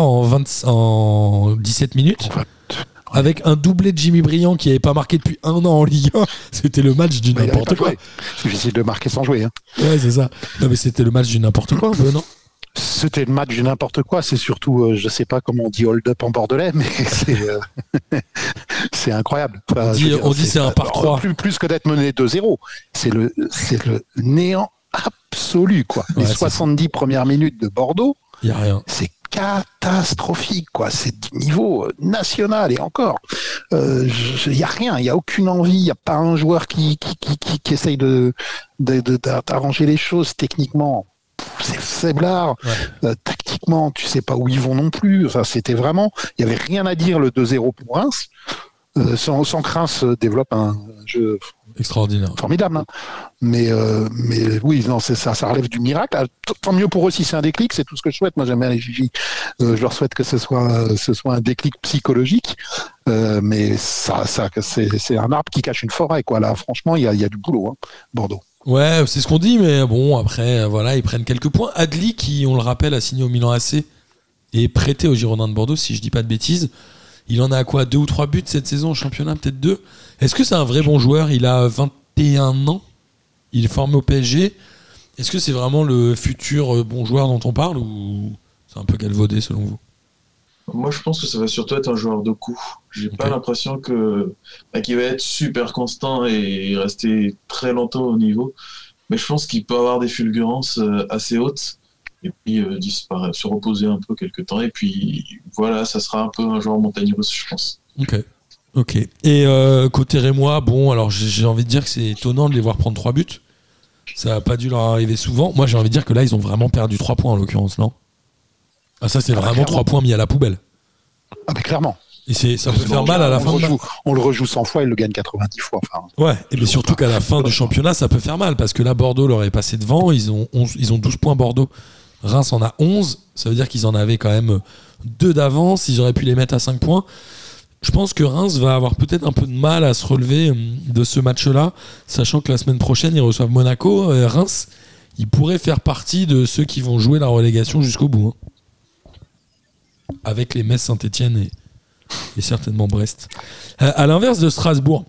en 17 minutes. Avec un doublé de Jimmy Briand qui n'avait pas marqué depuis 1 an en Ligue 1. C'était le match du n'importe quoi. C'est difficile de marquer sans jouer. Hein. Ouais, c'est ça. Non, mais c'était le match du n'importe quoi, un peu, non? C'était le match du n'importe quoi. C'est surtout, je sais pas comment on dit hold-up en bordelais, mais c'est incroyable. Enfin, on dit c'est un par 3. Plus que d'être mené 2-0. C'est le néant absolu, quoi. Les 70 premières minutes de Bordeaux. Il n'y a rien. C'est catastrophique, quoi. C'est du niveau national, et encore. Il n'y a rien, il n'y a aucune envie, il n'y a pas un joueur qui essaye d'arranger les choses techniquement. C'est faiblard. Ouais. Tactiquement, tu sais pas où ils vont non plus. Enfin, c'était vraiment, il n'y avait rien à dire le 2-0 pour Reims. Sans Reims développe un jeu extraordinaire, formidable. Hein. Mais oui, non, c'est ça relève du miracle. Tant mieux pour eux si c'est un déclic, c'est tout ce que je souhaite. Moi, j'aime bien les Gigi. Je leur souhaite que ce soit un déclic psychologique. Mais ça c'est un arbre qui cache une forêt, quoi. Là, franchement, il y a du boulot, hein, Bordeaux. Ouais, c'est ce qu'on dit, mais bon, après, voilà, ils prennent quelques points. Adli, qui, on le rappelle, a signé au Milan AC et est prêté au Girondins de Bordeaux, si je dis pas de bêtises. Il en a à quoi, 2 ou 3 buts cette saison au championnat, peut-être 2. Est-ce que c'est un vrai bon joueur ? Il a 21 ans. Il est formé au PSG. Est-ce que c'est vraiment le futur bon joueur dont on parle ou c'est un peu galvaudé selon vous ? Moi, je pense que ça va surtout être un joueur de coup. J'ai pas l'impression qu'il va être super constant et rester très longtemps au niveau. Mais je pense qu'il peut avoir des fulgurances assez hautes et puis disparaître, se reposer un peu quelques temps. Et puis voilà, ça sera un peu un joueur montagne russe, je pense. Ok. Et côté Rémois, bon, alors j'ai envie de dire que c'est étonnant de les voir prendre 3 buts. Ça n'a pas dû leur arriver souvent. Moi, j'ai envie de dire que là, ils ont vraiment perdu 3 points en l'occurrence, non ? Ah, ça, c'est vraiment 3 points mis à la poubelle. Ah, mais clairement. Et ça peut faire mal à la fin. On le rejoue 100 fois, il le gagne 90 fois. Enfin, ouais, mais surtout qu'à la fin du championnat, ça peut faire mal parce que là, Bordeaux leur est passé devant. Ils ont 12 points Bordeaux. Reims en a 11. Ça veut dire qu'ils en avaient quand même 2 d'avance. Ils auraient pu les mettre à 5 points. Je pense que Reims va avoir peut-être un peu de mal à se relever de ce match-là, sachant que la semaine prochaine, ils reçoivent Monaco. Reims, ils pourraient faire partie de ceux qui vont jouer la relégation jusqu'au bout. Hein. Avec les Metz, Saint-Etienne et certainement Brest. À l'inverse de Strasbourg,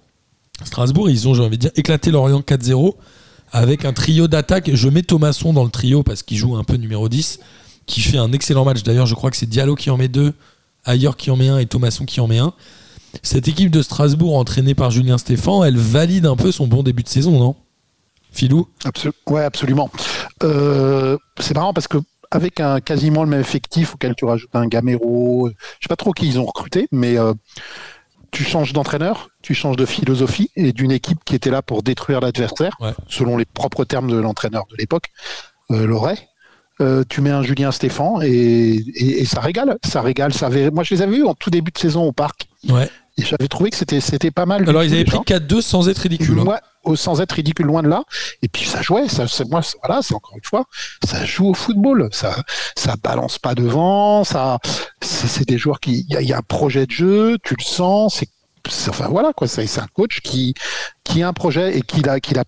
ils ont, j'ai envie de dire, éclaté Lorient 4-0 avec un trio d'attaque. Je mets Thomasson dans le trio parce qu'il joue un peu numéro 10, qui fait un excellent match. D'ailleurs, je crois que c'est Diallo qui en met 2, Ayer qui en met 1 et Thomasson qui en met 1. Cette équipe de Strasbourg, entraînée par Julien Stéphan, elle valide un peu son bon début de saison, non ? Philou ? Ouais, absolument. C'est marrant parce que avec quasiment le même effectif auquel tu rajoutes un Gamero, je sais pas trop qui ils ont recruté, mais tu changes d'entraîneur, tu changes de philosophie et d'une équipe qui était là pour détruire l'adversaire, selon les propres termes de l'entraîneur de l'époque, Loret. Tu mets un Julien Stéphan et ça régale. Moi, je les avais vus en tout début de saison au parc. Ouais. Et j'avais trouvé que c'était pas mal. Alors, ils avaient pris 4-2 sans être ridicule. Ouais, sans être ridicule, loin de là. Et puis, ça jouait. C'est encore une fois, ça joue au football. Ça balance pas devant. C'est des joueurs il y a un projet de jeu. Tu le sens. Enfin voilà quoi, c'est un coach qui a un projet et qui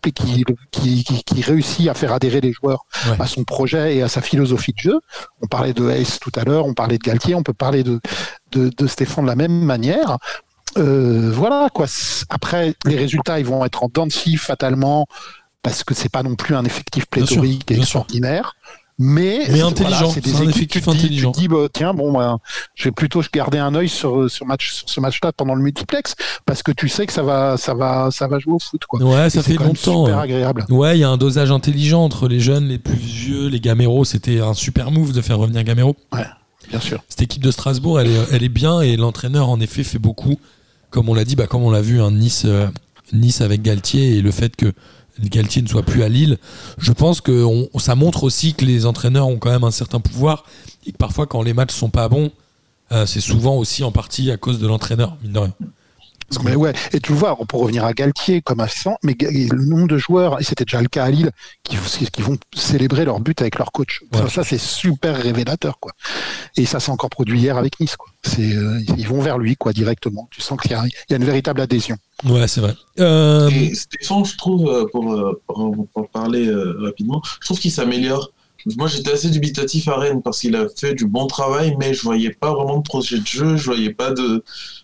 réussit à faire adhérer les joueurs à son projet et à sa philosophie de jeu. On parlait de Hayes tout à l'heure, on parlait de Galtier, on peut parler de Stéphane de la même manière. Voilà quoi. Après, les résultats ils vont être en dents de scie fatalement parce que c'est pas non plus un effectif pléthorique et extraordinaire. Mais intelligent, c'est des un équipes, effectif intelligent. Tu te dis, tiens, je vais plutôt garder un œil sur ce match-là pendant le multiplex, parce que tu sais que ça va jouer au foot, quoi. Ouais, ça fait longtemps. Super agréable. Ouais, il y a un dosage intelligent entre les jeunes, les plus vieux, les Gamero. C'était un super move de faire revenir Gamero. Ouais, bien sûr. Cette équipe de Strasbourg, elle est bien, et l'entraîneur, en effet, fait beaucoup. Comme on l'a dit, comme on l'a vu, Nice avec Galtier, et le fait que Galtier ne soit plus à Lille, je pense que ça montre aussi que les entraîneurs ont quand même un certain pouvoir et que parfois quand les matchs sont pas bons, c'est souvent aussi en partie à cause de l'entraîneur, mine de rien. Mais ouais, et tu le vois, pour revenir à Galtier comme à Vincent, mais le nombre de joueurs, et c'était déjà le cas à Lille, qui vont célébrer leur but avec leur coach. Ouais. Ça, c'est super révélateur, quoi. Et ça s'est encore produit hier avec Nice, quoi. Ils vont vers lui, quoi, directement. Tu sens qu'il y a une véritable adhésion. Ouais, c'est vrai. Et Stéphane, je trouve, pour parler rapidement, je trouve qu'il s'améliore. Moi, j'étais assez dubitatif à Rennes parce qu'il a fait du bon travail, mais je voyais pas vraiment de projet de jeu, je voyais pas de...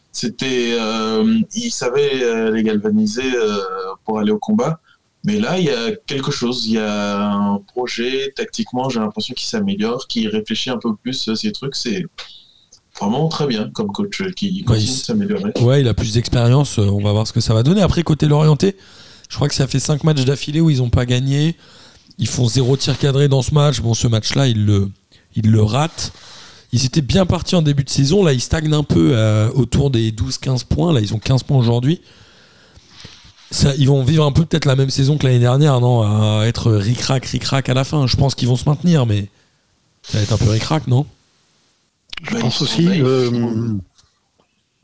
il savait les galvaniser pour aller au combat. Mais là, il y a quelque chose. Il y a un projet, tactiquement, j'ai l'impression qu'il s'améliore, qu'il réfléchit un peu plus ces trucs. C'est vraiment très bien comme coach qui continue de s'améliorer. Ouais, il a plus d'expérience. On va voir ce que ça va donner. Après, côté Lorientais, je crois que ça fait 5 matchs d'affilée où ils n'ont pas gagné. Ils font 0 tir cadré dans ce match. Bon, ce match-là, ils le ratent. Ils étaient bien partis en début de saison. Là, ils stagnent un peu autour des 12-15 points. Là, ils ont 15 points aujourd'hui. Ils vont vivre un peu peut-être la même saison que l'année dernière, non ? À être ric-rac à la fin. Je pense qu'ils vont se maintenir, mais ça va être un peu ric-rac, non ? Je pense aussi. Moi,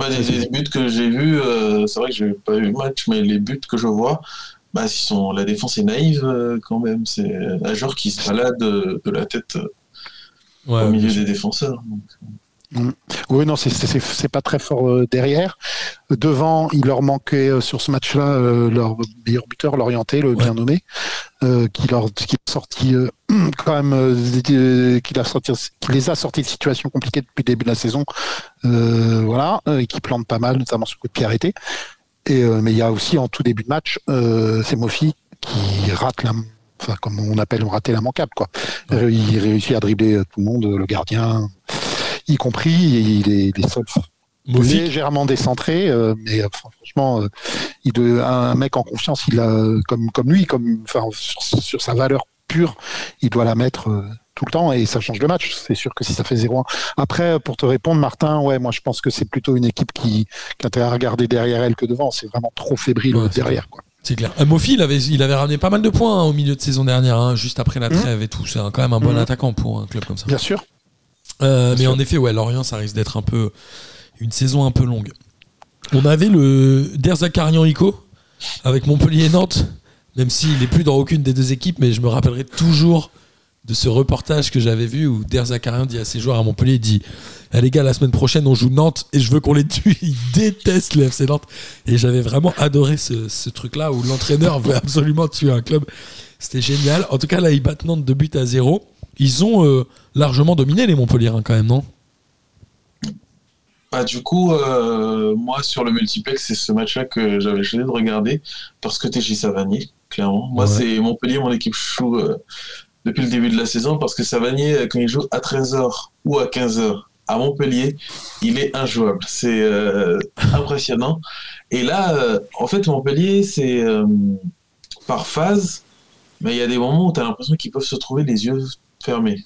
Les buts que j'ai vus, c'est vrai que j'ai pas vu le match, mais les buts que je vois, la défense est naïve quand même. C'est un joueur qui se balade de la tête au milieu des défenseurs. Donc. Oui, non, c'est pas très fort derrière. Devant, il leur manquait sur ce match-là leur meilleur buteur, Lorienté, le bien nommé, qui a sorti quand même, qui les a sortis de situations compliquées depuis le début de la saison, et qui plante pas mal, notamment sur le coup de pied arrêté. Mais il y a aussi en tout début de match, c'est Mofi qui rate comme on appelle rater la manquable, quoi. Ouais. Il réussit à dribbler tout le monde, le gardien y compris, il est légèrement décentré, mais franchement, un mec en confiance, il a comme lui, sur sa valeur pure, il doit la mettre tout le temps et ça change le match. C'est sûr que si ça fait 0-1. Après, pour te répondre, Martin, moi je pense que c'est plutôt une équipe qui a intérêt à regarder derrière elle que devant. C'est vraiment trop fébrile derrière, quoi. C'est clair. Mofi, il avait ramené pas mal de points au milieu de saison dernière, juste après la trêve et tout. C'est quand même un bon attaquant pour un club comme ça. Bien sûr. Mais en effet, Lorient, ça risque d'être une saison un peu longue. On avait le Der Zakarian Iko avec Montpellier et Nantes, même s'il n'est plus dans aucune des deux équipes, mais je me rappellerai toujours de ce reportage que j'avais vu où Der Zakarian dit à ses joueurs à Montpellier, il dit les gars, la semaine prochaine on joue Nantes et je veux qu'on les tue. Il déteste le FC Nantes et j'avais vraiment adoré ce truc-là où l'entraîneur veut absolument tuer un club. C'était génial. En tout cas, là, ils battent Nantes 2-0. Ils ont largement dominé les Montpelliérains quand même, non ? Du coup, moi sur le multiplex, c'est ce match-là que j'avais choisi de regarder parce que TJ Savanier, clairement. Moi, c'est Montpellier, mon équipe chou depuis le début de la saison parce que Savanier, quand il joue à 13h ou à 15h à Montpellier, il est injouable. C'est impressionnant. Et là, en fait, Montpellier, c'est par phase, mais il y a des moments où tu as l'impression qu'ils peuvent se trouver les yeux fermés.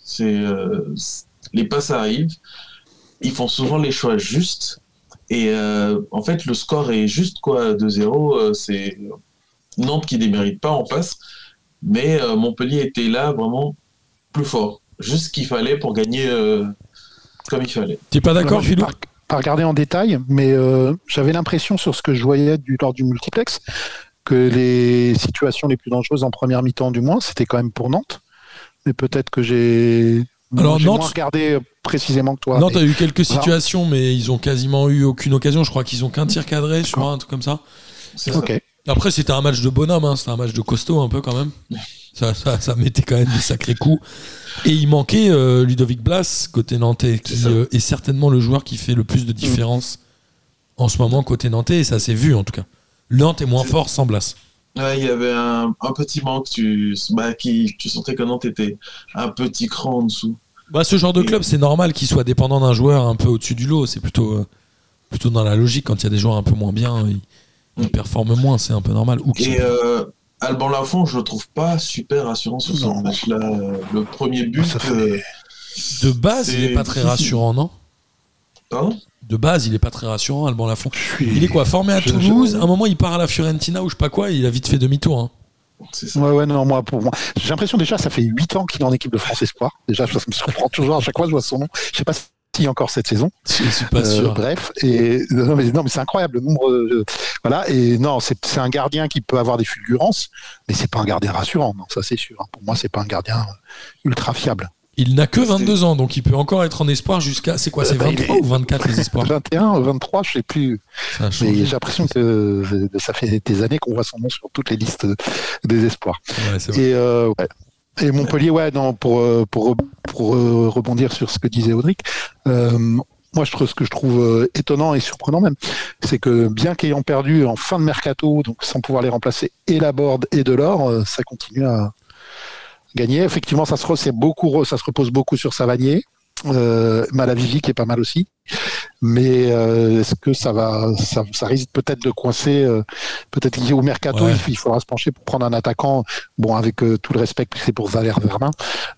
Les passes arrivent. Ils font souvent les choix justes et en fait le score est juste 2-0, c'est Nantes qui démérite pas en passe, mais Montpellier était là vraiment plus fort, juste ce qu'il fallait pour gagner comme il fallait. T'es pas d'accord, Philou ? Pas regarder en détail, mais j'avais l'impression sur ce que je voyais lors du multiplex que les situations les plus dangereuses en première mi-temps du moins c'était quand même pour Nantes, mais peut-être que j'ai Nantes, moins regardé précisément que toi. Nantes a eu quelques situations, mais ils ont quasiment eu aucune occasion. Je crois qu'ils ont qu'un tir cadré, je crois, un truc comme ça. Okay. Après, c'était un match de bonhomme, c'était un match de costaud un peu quand même. Ça mettait quand même des sacrés coups. Et il manquait Ludovic Blas, côté nantais, qui est certainement le joueur qui fait le plus de différence en ce moment côté nantais, et ça s'est vu en tout cas. Nantes est moins fort sans Blas. Ouais, il y avait un petit manque, tu sentais que Nantes était un petit cran en dessous. Ce genre de club, c'est normal qu'il soit dépendant d'un joueur un peu au-dessus du lot. C'est plutôt dans la logique. Quand il y a des joueurs un peu moins bien, ils performent moins. C'est un peu normal. Et Alban Lafont, je le trouve pas super rassurant sur ce match-là. Le premier but... De base, il n'est pas très rassurant, non ? Pardon ? De base, il n'est pas très rassurant, Alban Lafont. Il est formé à Toulouse. À un moment, il part à la Fiorentina ou je sais pas quoi. Il a vite fait demi-tour. C'est ça. Pour moi, j'ai l'impression déjà, ça fait 8 ans qu'il est en équipe de France Espoir. Déjà, ça me surprend toujours à chaque fois, je vois son nom. Je sais pas s'il y a encore cette saison. Je suis pas sûr. Bref, non, mais c'est incroyable le nombre. Voilà, et non, c'est un gardien qui peut avoir des fulgurances, mais c'est pas un gardien rassurant. Non, ça c'est sûr. Pour moi, c'est pas un gardien ultra fiable. Il n'a que 22 ans, donc il peut encore être en espoir jusqu'à... C'est quoi, c'est 23 ou 24 les espoirs ? 21, 23, je sais plus. Mais j'ai l'impression que ça fait des années qu'on voit son nom sur toutes les listes des espoirs. Ouais, c'est vrai. Et Montpellier, pour rebondir sur ce que disait Audric, moi ce que je trouve étonnant et surprenant même, c'est que bien qu'ayant perdu en fin de mercato, donc sans pouvoir les remplacer et Laborde et Delors, ça continue à gagner. Effectivement, ça se repose beaucoup sur Savanier, Malavigi qui est pas mal aussi. Mais est-ce que ça risque peut-être de coincer peut-être au mercato, il faudra se pencher pour prendre un attaquant, avec tout le respect que c'est pour Valère Vermin.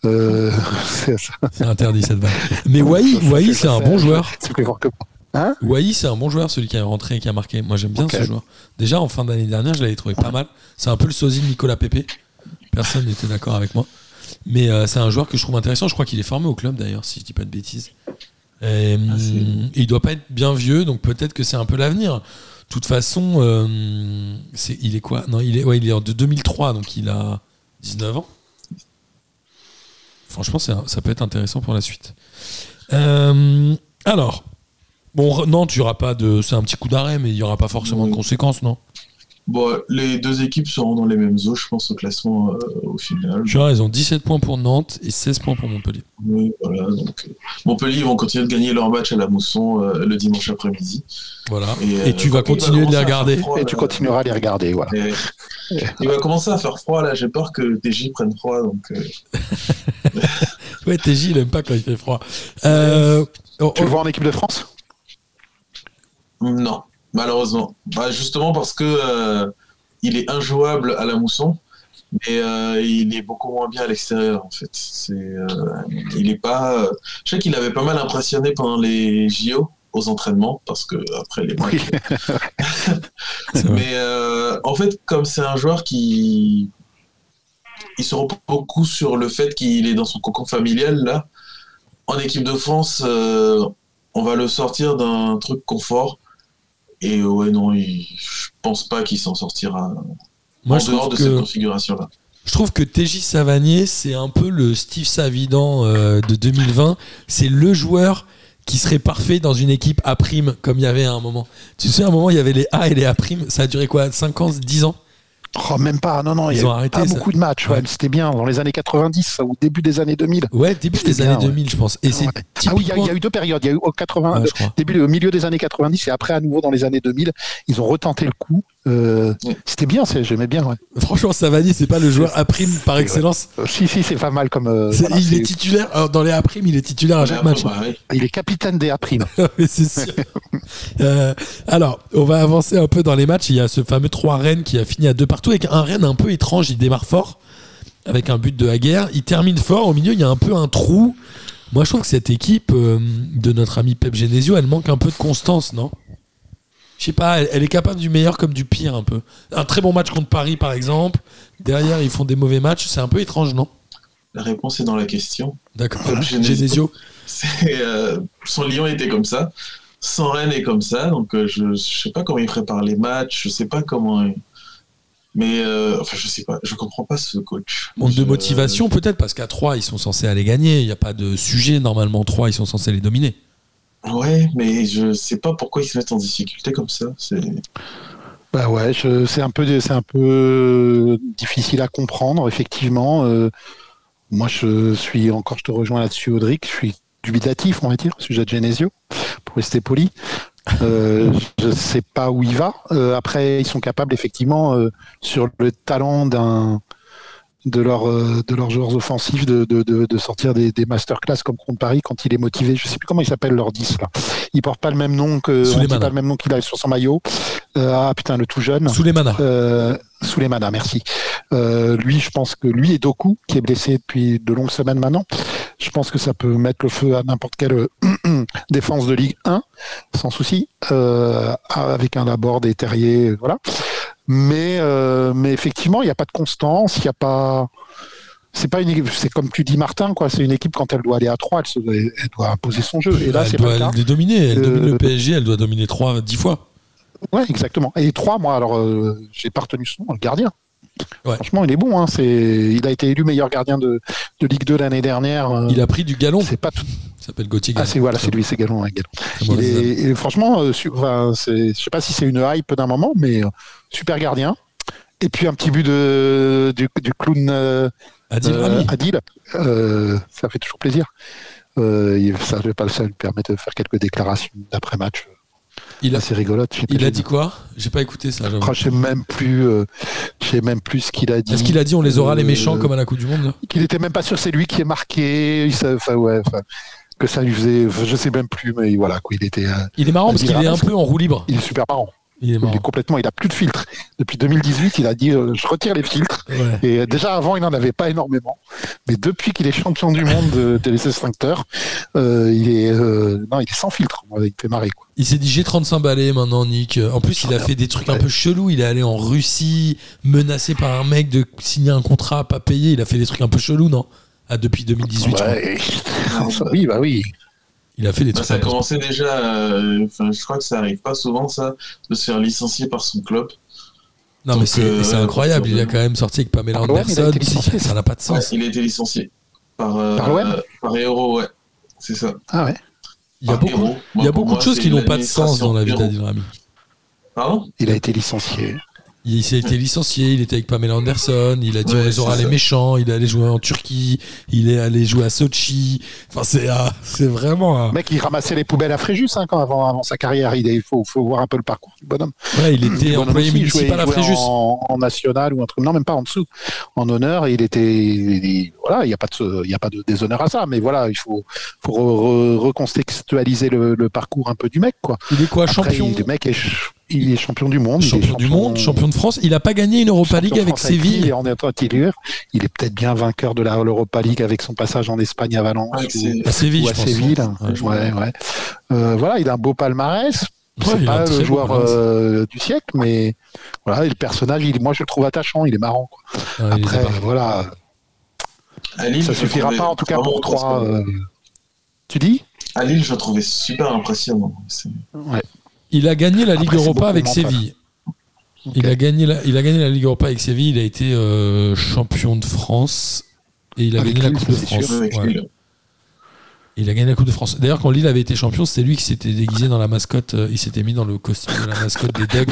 C'est interdit cette vanne. Mais Wai, c'est un bon joueur. C'est plus fort que moi. Wai, c'est un bon joueur, celui qui est rentré et qui a marqué. Moi, j'aime bien ce joueur. Déjà, en fin d'année dernière, je l'avais trouvé pas mal. C'est un peu le sosie de Nicolas Pepe. Personne n'était d'accord avec moi. Mais c'est un joueur que je trouve intéressant. Je crois qu'il est formé au club, d'ailleurs, si je dis pas de bêtises. Il doit pas être bien vieux, donc peut-être que c'est un peu l'avenir. De toute façon, il est quoi ? Non, il est de 2003, donc il a 19 ans. Franchement, ça peut être intéressant pour la suite. Alors, bon, Nantes, il y aura pas de. C'est un petit coup d'arrêt, mais il n'y aura pas forcément de conséquences, non ? Bon, les deux équipes seront dans les mêmes eaux, je pense, au classement au final. Genre, ils ont 17 points pour Nantes et 16 points pour Montpellier. Oui, voilà. Donc, Montpellier, ils vont continuer de gagner leur match à la Mousson le dimanche après-midi. Voilà. Et tu vas continuer de les regarder. Et tu continueras à les regarder, voilà. Il va commencer à faire froid, là. J'ai peur que TJ prenne froid, donc... Ouais, TJ, il aime pas quand il fait froid. Tu le vois en équipe de France ? Non, malheureusement. Justement parce que il est injouable à la Mousson, mais il est beaucoup moins bien à l'extérieur, en fait. Il est pas... Je sais qu'il avait pas mal impressionné pendant les JO aux entraînements, parce que après les matchs... Mais en fait, comme c'est un joueur qui... Il se repose beaucoup sur le fait qu'il est dans son cocon familial, là. En équipe de France, on va le sortir d'un truc confort. Et ouais, non, je pense pas qu'il s'en sortira en dehors de cette configuration-là. Je trouve que TJ Savanier, c'est un peu le Steve Savidan de 2020. C'est le joueur qui serait parfait dans une équipe A', comme il y avait à un moment. Tu sais, à un moment, il y avait les A et les A'. Ça a duré quoi, 5 ans, 10 ans ? Oh, même pas, non, il y a pas beaucoup de matchs. Ouais. C'était bien dans les années 90 ou début des années 2000. Ouais, début des années 2000, je pense. Et c'est Ah oui, il y a eu deux périodes. Il y a eu au milieu des années 90 et après à nouveau dans les années 2000. Ils ont retenté le coup. C'était bien, j'aimais bien. Ouais. Franchement, Savanier, c'est pas le joueur A' par excellence. Ouais. Si, c'est pas mal comme. Il est titulaire. Alors, dans les A', il est titulaire à chaque match. Il est capitaine des A'. Mais c'est sûr. Alors, on va avancer un peu dans les matchs. Il y a ce fameux 3 Rennes qui a fini à 2 partout avec un Rennes un peu étrange. Il démarre fort avec un but de Haguerre. Il termine fort. Au milieu, il y a un peu un trou. Moi, je trouve que cette équipe de notre ami Pep Genesio, elle manque un peu de constance, non ? Je sais pas, elle est capable du meilleur comme du pire un peu. Un très bon match contre Paris, par exemple. Derrière, ils font des mauvais matchs. C'est un peu étrange, non ? La réponse est dans la question. D'accord. Genesio. Son Lyon était comme ça. Son Rennes est comme ça. Donc, je sais pas comment il prépare les matchs. Je sais pas comment... Mais, je sais pas. Je comprends pas ce coach. Manque de motivation, peut-être, parce qu'à 3, ils sont censés aller gagner. Il n'y a pas de sujet, normalement. 3, ils sont censés les dominer. Ouais, mais je sais pas pourquoi ils se mettent en difficulté comme ça. Bah ouais, c'est un peu difficile à comprendre, effectivement. Moi, je te rejoins là-dessus, Audric. Je suis dubitatif, on va dire, au sujet de Genesio, pour rester poli. Je sais pas où il va. Après, ils sont capables, effectivement, sur le talent de leurs joueurs offensifs de sortir des masterclass comme contre Paris quand il est motivé. Je sais plus comment il s'appelle leur 10 là. Il porte pas le même nom qu'il a sur son maillot. Le tout jeune. Souleymana, merci. Lui, je pense que lui et Doku, qui est blessé depuis de longues semaines maintenant, je pense que ça peut mettre le feu à n'importe quelle défense de Ligue 1, sans souci, avec un Laborde et Terrier, voilà. Mais effectivement, il n'y a pas de constance, il n'y a pas. C'est pas une équipe, c'est comme tu dis Martin, quoi. C'est une équipe quand elle doit aller à 3, elle doit imposer son jeu. Et là, elle doit les dominer. Elle domine le PSG, elle doit dominer 3 10 fois. Ouais, exactement. Et 3, moi, alors, j'ai pas retenu son nom, le gardien. Ouais. Franchement, il est bon. Hein. Il a été élu meilleur gardien de Ligue 2 l'année dernière. Il a pris du galon. C'est pas tout. Il s'appelle Gauthier Galon. C'est lui, c'est Galon. Ouais, Galon. Et franchement, je sais pas si c'est une hype d'un moment, mais super gardien. Et puis un petit but du clown Adil. Ça fait toujours plaisir. Ça lui permet de faire quelques déclarations d'après-match. C'est rigolote. Il a dit quoi ? J'ai pas écouté ça. Je sais même plus ce qu'il a dit. Est-ce qu'il a dit on les aura les méchants comme à la Coupe du Monde là ? Qu'il était même pas sûr c'est lui qui est marqué. Que ça lui faisait, je sais même plus, mais voilà quoi. Il est marrant parce qu'il est un peu en roue libre. Il est super marrant. Il a plus de filtres. Depuis 2018, il a dit je retire les filtres. Ouais. Et déjà avant, il n'en avait pas énormément. Mais depuis qu'il est champion du monde de TVC Sphincter, il est sans filtre. Il fait marrer quoi. Il s'est dit j'ai 35 balais maintenant, Nick. En plus, il a fait des trucs un peu chelous. Il est allé en Russie, menacé par un mec de signer un contrat pas payé. Il a fait des trucs un peu chelous, non ? Depuis 2018. Oui. Il a fait des trucs. Ça a commencé déjà. Je crois que ça arrive pas souvent, ça, de se faire licencier par son club. Non, donc, mais c'est incroyable. Il a quand même sorti avec Pamela Anderson. Ça n'a pas de sens. Il a été licencié par Euro, ouais. C'est ça. Ah ouais. Il y a beaucoup de choses qui n'ont pas de sens dans la vie d'Adil Rami. Pardon ? Il a été licencié. Il s'est été licencié, il était avec Pamela Anderson, il a dit on les aura les méchants, il est allé jouer en Turquie, il est allé jouer à Sochi. Enfin, c'est vraiment. Le mec, il ramassait les poubelles à Fréjus avant sa carrière. Il faut voir un peu le parcours du bonhomme. Ouais, il était employé municipal à Fréjus. En national ou un truc. Non, même pas en dessous. En honneur, il était. Voilà, il n'y a pas de déshonneur à ça, mais voilà, il faut recontextualiser le parcours un peu du mec, quoi. Il est quoi, champion ? Le mec il est champion du monde. Champion de France. Il n'a pas gagné une Europa League avec Séville. Il est peut-être bien vainqueur de l'Europa League avec son passage en Espagne à Valence à Séville. Ou à Séville. Ouais. Voilà, il a un beau palmarès. C'est pas le joueur du siècle, mais voilà, le personnage, moi je le trouve attachant, il est marrant. Quoi. Après, voilà. Lille, ça suffira pas en tout cas pour 3. Tu dis ? À Lille, je le trouvais super impressionnant. Ouais. Il a gagné la Ligue Europa avec Séville. Okay. Il a gagné la Ligue Europa avec Séville. Il a été champion de France et il a gagné la Coupe de France. Il a gagné la Coupe de France. D'ailleurs, quand Lille avait été champion, c'était lui qui s'était déguisé dans la mascotte. Il s'était mis dans le costume de la mascotte des Dogs.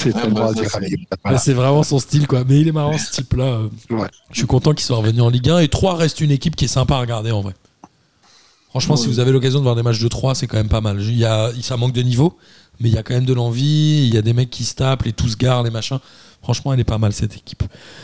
C'est vraiment son style, quoi. Mais il est marrant, ce type-là. Ouais. Je suis content qu'il soit revenu en Ligue 1. Et 3 reste une équipe qui est sympa à regarder, en vrai. Franchement, si vous avez l'occasion de voir des matchs de 3, c'est quand même pas mal. Ça manque de niveau, mais il y a quand même de l'envie. Il y a des mecs qui se tapent, les tous gards, les machins. Franchement, elle est pas mal, cette équipe.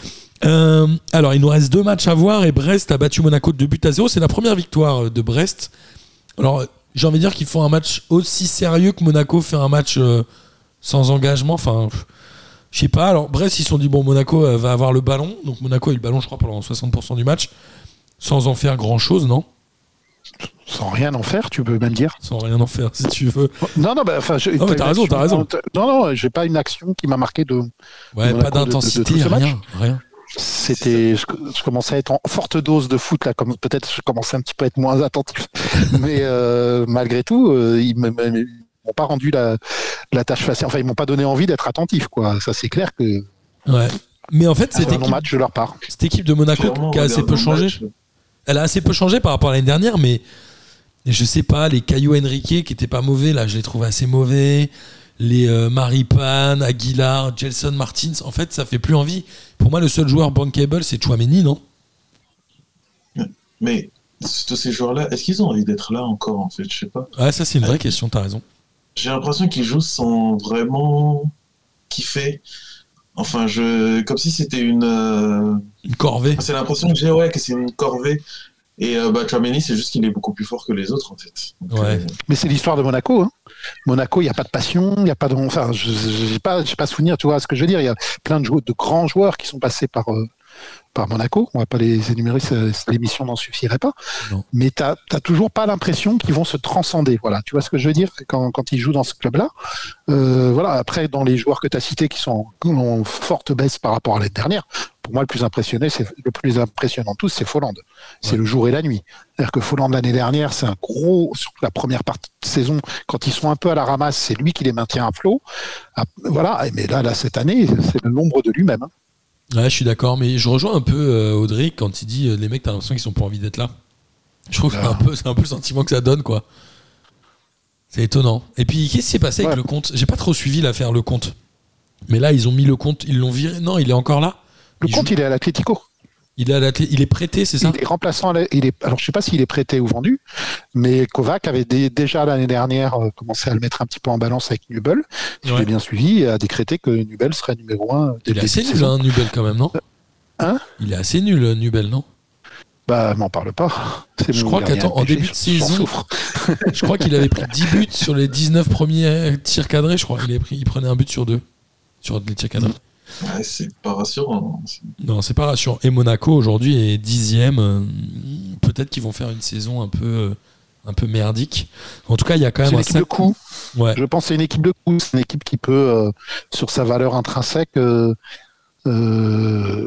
Alors, il nous reste 2 matchs à voir et Brest a battu Monaco de 2-0. C'est la première victoire de Brest. Alors, j'ai envie de dire qu'ils font un match aussi sérieux que Monaco fait un match sans engagement. Enfin, je sais pas. Alors, Brest, ils se sont dit, bon, Monaco va avoir le ballon. Donc, Monaco a eu le ballon, je crois, pendant 60% du match, sans en faire grand-chose, non ? Sans rien en faire, tu peux même dire. Sans rien en faire, si tu veux. Non, mais t'as raison. Non, j'ai pas une action qui m'a marqué de. Ouais, pas d'intensité, rien. C'était, je commençais à être en forte dose de foot là, comme peut-être je commençais un petit peu à être moins attentif, mais malgré tout, ils m'ont pas rendu la tâche facile. Enfin, ils m'ont pas donné envie d'être attentif, quoi. Ça, c'est clair que. Ouais. Mais en fait, c'est un non-match de leur part. Cette équipe de Monaco qui a assez peu changé. Elle a assez peu changé par rapport à l'année dernière, mais je sais pas, les Caio Henrique qui étaient pas mauvais, là, je les trouve assez mauvais. Les Maripane, Aguilar, Gelson Martins, en fait, ça fait plus envie. Pour moi, le seul joueur bankable, c'est Tchouaméni, non ? Mais tous ces joueurs-là, est-ce qu'ils ont envie d'être là encore, en fait ? Je sais pas. Ouais, ça, c'est une vraie question, t'as raison. J'ai l'impression qu'ils jouent sans vraiment kiffer. Enfin, comme si c'était une corvée. C'est l'impression que j'ai, que c'est une corvée. Et Tchouaméni, c'est juste qu'il est beaucoup plus fort que les autres, en fait. Donc, ouais. Mais c'est l'histoire de Monaco. Hein. Monaco, il n'y a pas de passion, il n'y a pas de. Enfin, je n'ai pas souvenir, tu vois ce que je veux dire. Il y a plein de grands joueurs qui sont passés par Monaco. On ne va pas les énumérer, l'émission n'en suffirait pas. Non. Mais tu n'as toujours pas l'impression qu'ils vont se transcender. Voilà, tu vois ce que je veux dire quand ils jouent dans ce club-là. Voilà. Après, dans les joueurs que tu as cités qui sont en forte baisse par rapport à l'année dernière, pour moi, le plus impressionnant de tous, c'est Folland. C'est le jour et la nuit. C'est-à-dire que Folland, l'année dernière, c'est un gros, sur la première partie de saison, quand ils sont un peu à la ramasse, c'est lui qui les maintient à flot. Voilà. Mais là, cette année, c'est l'ombre de lui-même. Hein. Ouais, je suis d'accord, mais je rejoins un peu Audrey quand il dit les mecs, t'as l'impression qu'ils sont pas envie d'être là. Je trouve que c'est un peu le sentiment que ça donne, quoi. C'est étonnant. Et puis, qu'est-ce qui s'est passé avec Lecomte ? J'ai pas trop suivi l'affaire Lecomte. Mais là, ils ont mis Lecomte, ils l'ont viré. Non, il est encore là. Lecomte, il est à l'Atlético. Il est prêté, c'est ça ? Il est remplaçant. Alors, je sais pas s'il est prêté ou vendu, mais Kovac avait déjà l'année dernière commencé à le mettre un petit peu en balance avec Nubel. Si j'ai bien suivi, a décrété que Nubel serait numéro 1. Il est assez nul, Nubel, quand même, non ? Il est assez nul, Nubel, non ? Bah, m'en parle pas. Je crois en début de saison, je crois qu'il avait pris 10 buts sur les 19 premiers tirs cadrés, je crois. Il prenait un but sur 2 sur les tirs cadrés. Ouais, c'est pas rassurant. Non, c'est pas rassurant. Et Monaco aujourd'hui est 10e. Peut-être qu'ils vont faire une saison un peu merdique. En tout cas, il y a quand même une équipe de coups. Ouais. Je pense que c'est une équipe de coups. C'est une équipe qui peut, sur sa valeur intrinsèque,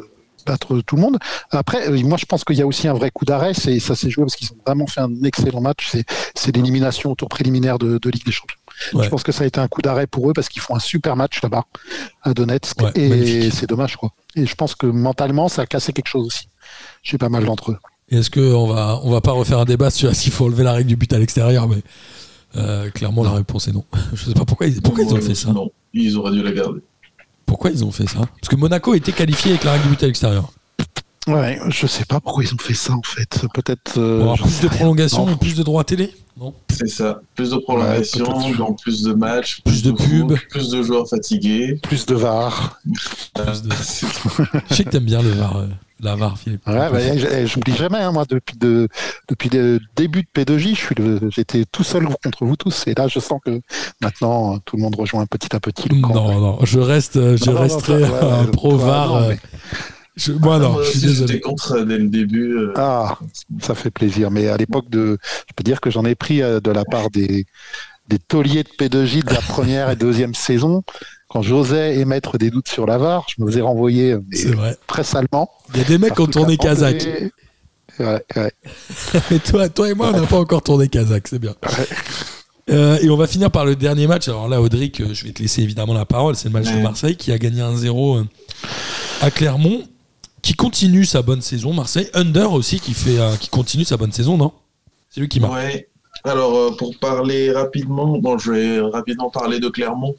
battre tout le monde. Après, moi, je pense qu'il y a aussi un vrai coup d'arrêt. Ça s'est joué parce qu'ils ont vraiment fait un excellent match. C'est l'élimination au tour préliminaire de Ligue des Champions. Ouais. Je pense que ça a été un coup d'arrêt pour eux parce qu'ils font un super match là-bas à Donetsk. Ouais, et magnifique. c'est dommage, quoi. Et je pense que mentalement, ça a cassé quelque chose aussi chez pas mal d'entre eux. Et est-ce qu'on va pas refaire un débat sur s'il faut enlever la règle du but à l'extérieur, mais clairement, la réponse est non. Je sais pas pourquoi ils ont fait ça. Non, ils auraient dû la garder. Pourquoi ils ont fait ça? Parce que Monaco était qualifié avec la règle du but à l'extérieur. Ouais, je sais pas pourquoi ils ont fait ça en fait. Peut-être. Pour avoir j'en plus sais de rien. prolongation Non. et plus de droits télé? Non. C'est ça. Plus de prolongation, Ouais, peut-être. donc plus de matchs, Plus de pubs. foot, plus de joueurs fatigués. Plus de VAR. Plus de- Je sais que t'aimes bien le VAR, la VAR, Philippe. Ouais, bah, j'oublie jamais, hein, moi, depuis le début de P2J, j'étais tout seul contre vous tous. Et là, je sens que maintenant, tout le monde rejoint petit à petit le camp. Non, je resterai un pro VAR. non, mais- Moi, non, Moi je suis aussi, désolé. j'étais contre dès le début. Ah, ça fait plaisir. Mais à l'époque je peux dire que j'en ai pris de la part des tauliers de P2J de la première et deuxième saison. Quand j'osais émettre des doutes sur la VAR, je me faisais renvoyer C'est vrai. très salement. Il y a des mecs qui ont tourné Kazakh. Ouais. Et toi et moi, on n'a pas encore tourné Kazakh, c'est bien. Et on va finir par le dernier match. Alors là, Audric, je vais te laisser évidemment la parole. C'est le match de Marseille qui a gagné 1-0 à Clermont, qui continue sa bonne saison. Marseille, Under aussi, qui continue sa bonne saison, non? C'est lui qui marque. Ouais. Alors, pour parler rapidement, je vais rapidement parler de Clermont.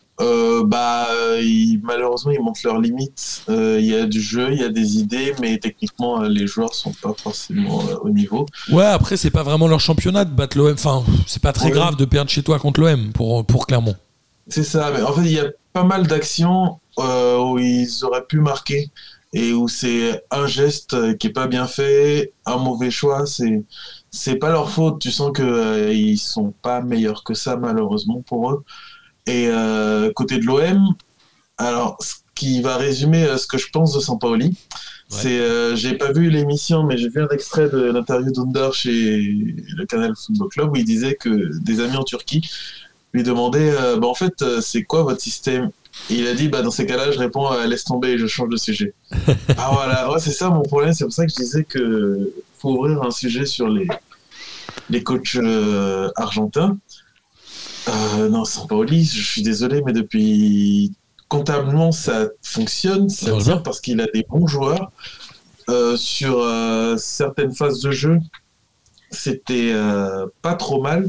Malheureusement, ils montrent leurs limites. Il y a du jeu, il y a des idées, mais techniquement, les joueurs sont pas forcément au niveau. Ouais, après, c'est pas vraiment leur championnat de battre l'OM. Enfin, c'est pas très grave de perdre chez toi contre l'OM pour Clermont. C'est ça, mais en fait, il y a pas mal d'actions où ils auraient pu marquer et où c'est un geste qui est pas bien fait, un mauvais choix. C'est pas leur faute. Tu sens que ils sont pas meilleurs que ça, malheureusement pour eux. Et côté de l'OM, alors ce qui va résumer ce que je pense de Sampaoli, c'est j'ai pas vu l'émission, mais j'ai vu un extrait de l'interview d'Under chez le Canal Football Club où il disait que des amis en Turquie lui demandaient en fait c'est quoi votre système? Et il a dit dans ces cas-là je réponds laisse tomber et je change de sujet. Ah voilà, c'est ça mon problème, c'est pour ça que je disais que faut ouvrir un sujet sur les coachs argentins. Non, Sampaoli, je suis désolé, mais depuis comptablement ça fonctionne, ça tient parce qu'il a des bons joueurs. Sur certaines phases de jeu, c'était pas trop mal.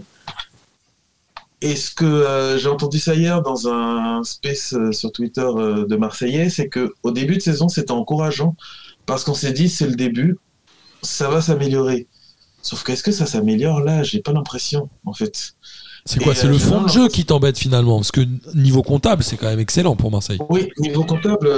Et ce que j'ai entendu ça hier dans un space sur Twitter de Marseillais, c'est qu'au début de saison, c'était encourageant parce qu'on s'est dit c'est le début, ça va s'améliorer. Sauf qu'est-ce que ça s'améliore là? J'ai pas l'impression en fait. C'est quoi? C'est le fond de jeu qui t'embête finalement? Parce que niveau comptable, c'est quand même excellent pour Marseille. Oui, niveau comptable,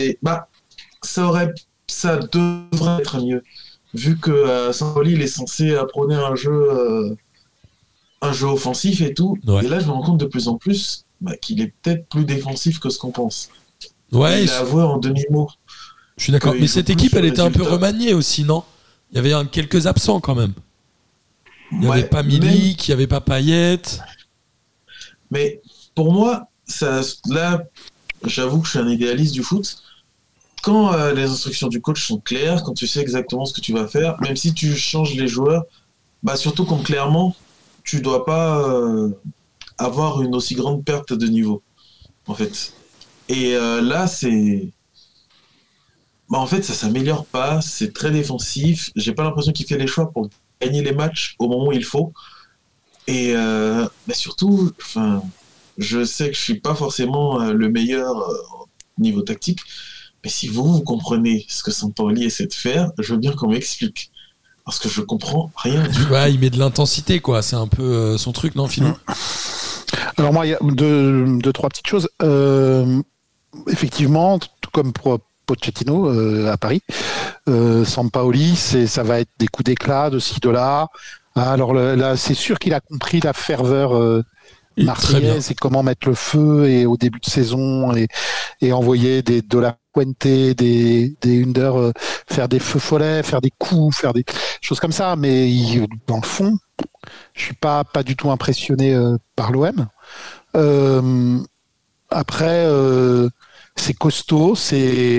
ça devrait être mieux. Vu que Sampaoli il est censé prôner un jeu offensif et tout. Ouais. Et là, je me rends compte de plus en plus qu'il est peut-être plus défensif que ce qu'on pense. Ouais, il a avoué en demi-mot. Je suis d'accord. Mais cette équipe, elle était un peu remaniée aussi, non? Il y avait quelques absents quand même. Il n'y avait pas Milik, il n'y avait pas Payet. Mais pour moi, là, j'avoue que je suis un idéaliste du foot. Quand les instructions du coach sont claires, quand tu sais exactement ce que tu vas faire, même si tu changes les joueurs, surtout contre Clermont, tu dois pas avoir une aussi grande perte de niveau, en fait. Et là, c'est... en fait, ça s'améliore pas, c'est très défensif. J'ai pas l'impression qu'il fait les choix pour gagner les matchs au moment où il faut. Et surtout, je sais que je suis pas forcément le meilleur niveau tactique, mais si vous comprenez ce que Sampaoli essaie de faire, je veux bien qu'on m'explique. Parce que je comprends rien du tout. Ouais, il met de l'intensité, quoi. C'est un peu son truc, non, Philippe? Alors moi, il y a deux, trois petites choses. Effectivement, tout comme pour Pochettino à Paris, Sampaoli, ça va être des coups d'éclat de ci, de là. Alors là, c'est sûr qu'il a compris la ferveur marseillaise et comment mettre le feu et au début de saison et envoyer de la Puente, des Under, faire des feux follets, faire des coups, faire des choses comme ça. Mais dans le fond, je suis pas du tout impressionné par l'OM. Après, c'est costaud,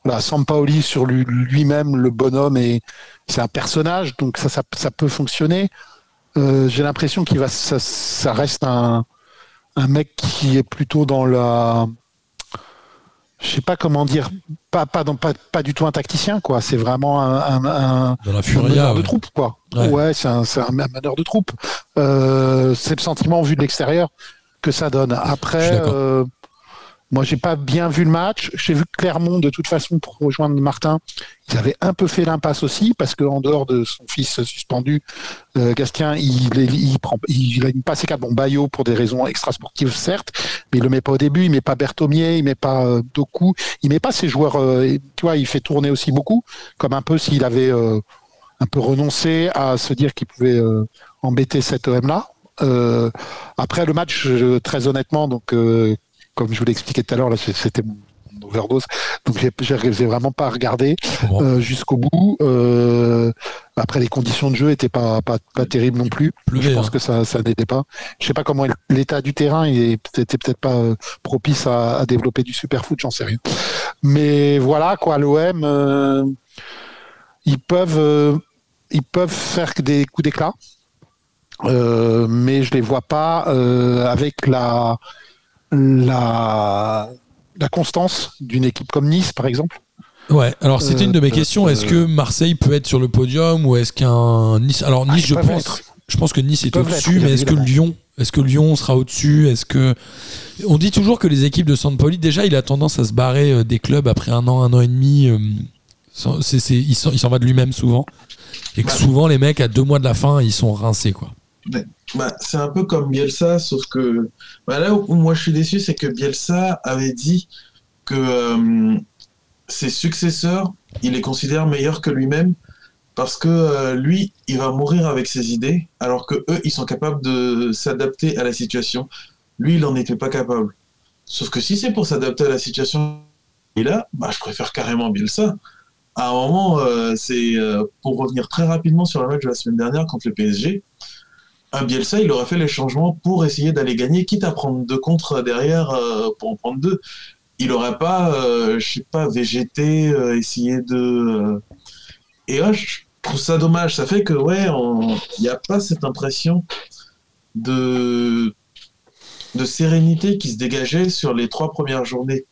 voilà, Sampaoli sur lui-même, le bonhomme, c'est un personnage, donc ça peut fonctionner. J'ai l'impression ça reste un mec qui est plutôt dans la, je sais pas comment dire, pas du tout un tacticien, quoi. C'est vraiment Dans la un furia, meneur de ouais. troupe, quoi. Ouais. Ouais, c'est un meneur de troupe. C'est le sentiment vu de l'extérieur que ça donne. Je suis Après, d'accord. moi, j'ai pas bien vu le match. J'ai vu que Clermont, de toute façon, pour rejoindre Martin, ils avaient un peu fait l'impasse aussi, parce qu'en dehors de son fils suspendu, Gastien, il a pas ses quatre. Bon, Bayo pour des raisons extrasportives, certes, mais il le met pas au début. Il met pas Berthomier, il met pas Doku, il met pas ses joueurs. Tu vois, il fait tourner aussi beaucoup, comme un peu s'il avait un peu renoncé à se dire qu'il pouvait embêter cet OM-là. Après le match, très honnêtement, donc comme je vous l'ai expliqué tout à l'heure, là, c'était mon overdose. Donc j'ai vraiment pas regardé Je comprends. jusqu'au bout. Après, les conditions de jeu étaient pas terribles non plus. Pleuvait, Je pense hein. que ça n'était pas. Je sais pas comment l'état du terrain était peut-être pas propice à développer du super foot, j'en sais rien. Mais voilà quoi, l'OM, ils peuvent faire des coups d'éclat. Mais je les vois pas avec la constance d'une équipe comme Nice, par exemple. Ouais, alors c'était une de mes questions. Est-ce que Marseille peut être sur le podium ou est-ce qu'un Nice. Alors Nice, ils peuvent l'être. je pense que Nice est Ils peuvent au-dessus, l'être, mais est-ce que Lyon sera au-dessus? Est-ce que. On dit toujours que les équipes de Sampaoli, déjà, il a tendance à se barrer des clubs après un an et demi. Il s'en va de lui-même souvent. Et que souvent, les mecs, à 2 mois de la fin, ils sont rincés, quoi. C'est un peu comme Bielsa, sauf que là où moi je suis déçu, c'est que Bielsa avait dit que ses successeurs, il les considère meilleurs que lui-même parce que lui, il va mourir avec ses idées, alors que eux, ils sont capables de s'adapter à la situation. Lui, il n'en était pas capable. Sauf que si c'est pour s'adapter à la situation, et là, je préfère carrément Bielsa. À un moment, pour revenir très rapidement sur le match de la semaine dernière contre le PSG. Un Bielsa, il aurait fait les changements pour essayer d'aller gagner, quitte à prendre 2 contre derrière pour en prendre 2. Il n'aurait pas, je sais pas, végété, essayé de. Et je trouve ça dommage. Ça fait que, il n'y a pas cette impression de sérénité qui se dégageait sur les 3 premières journées.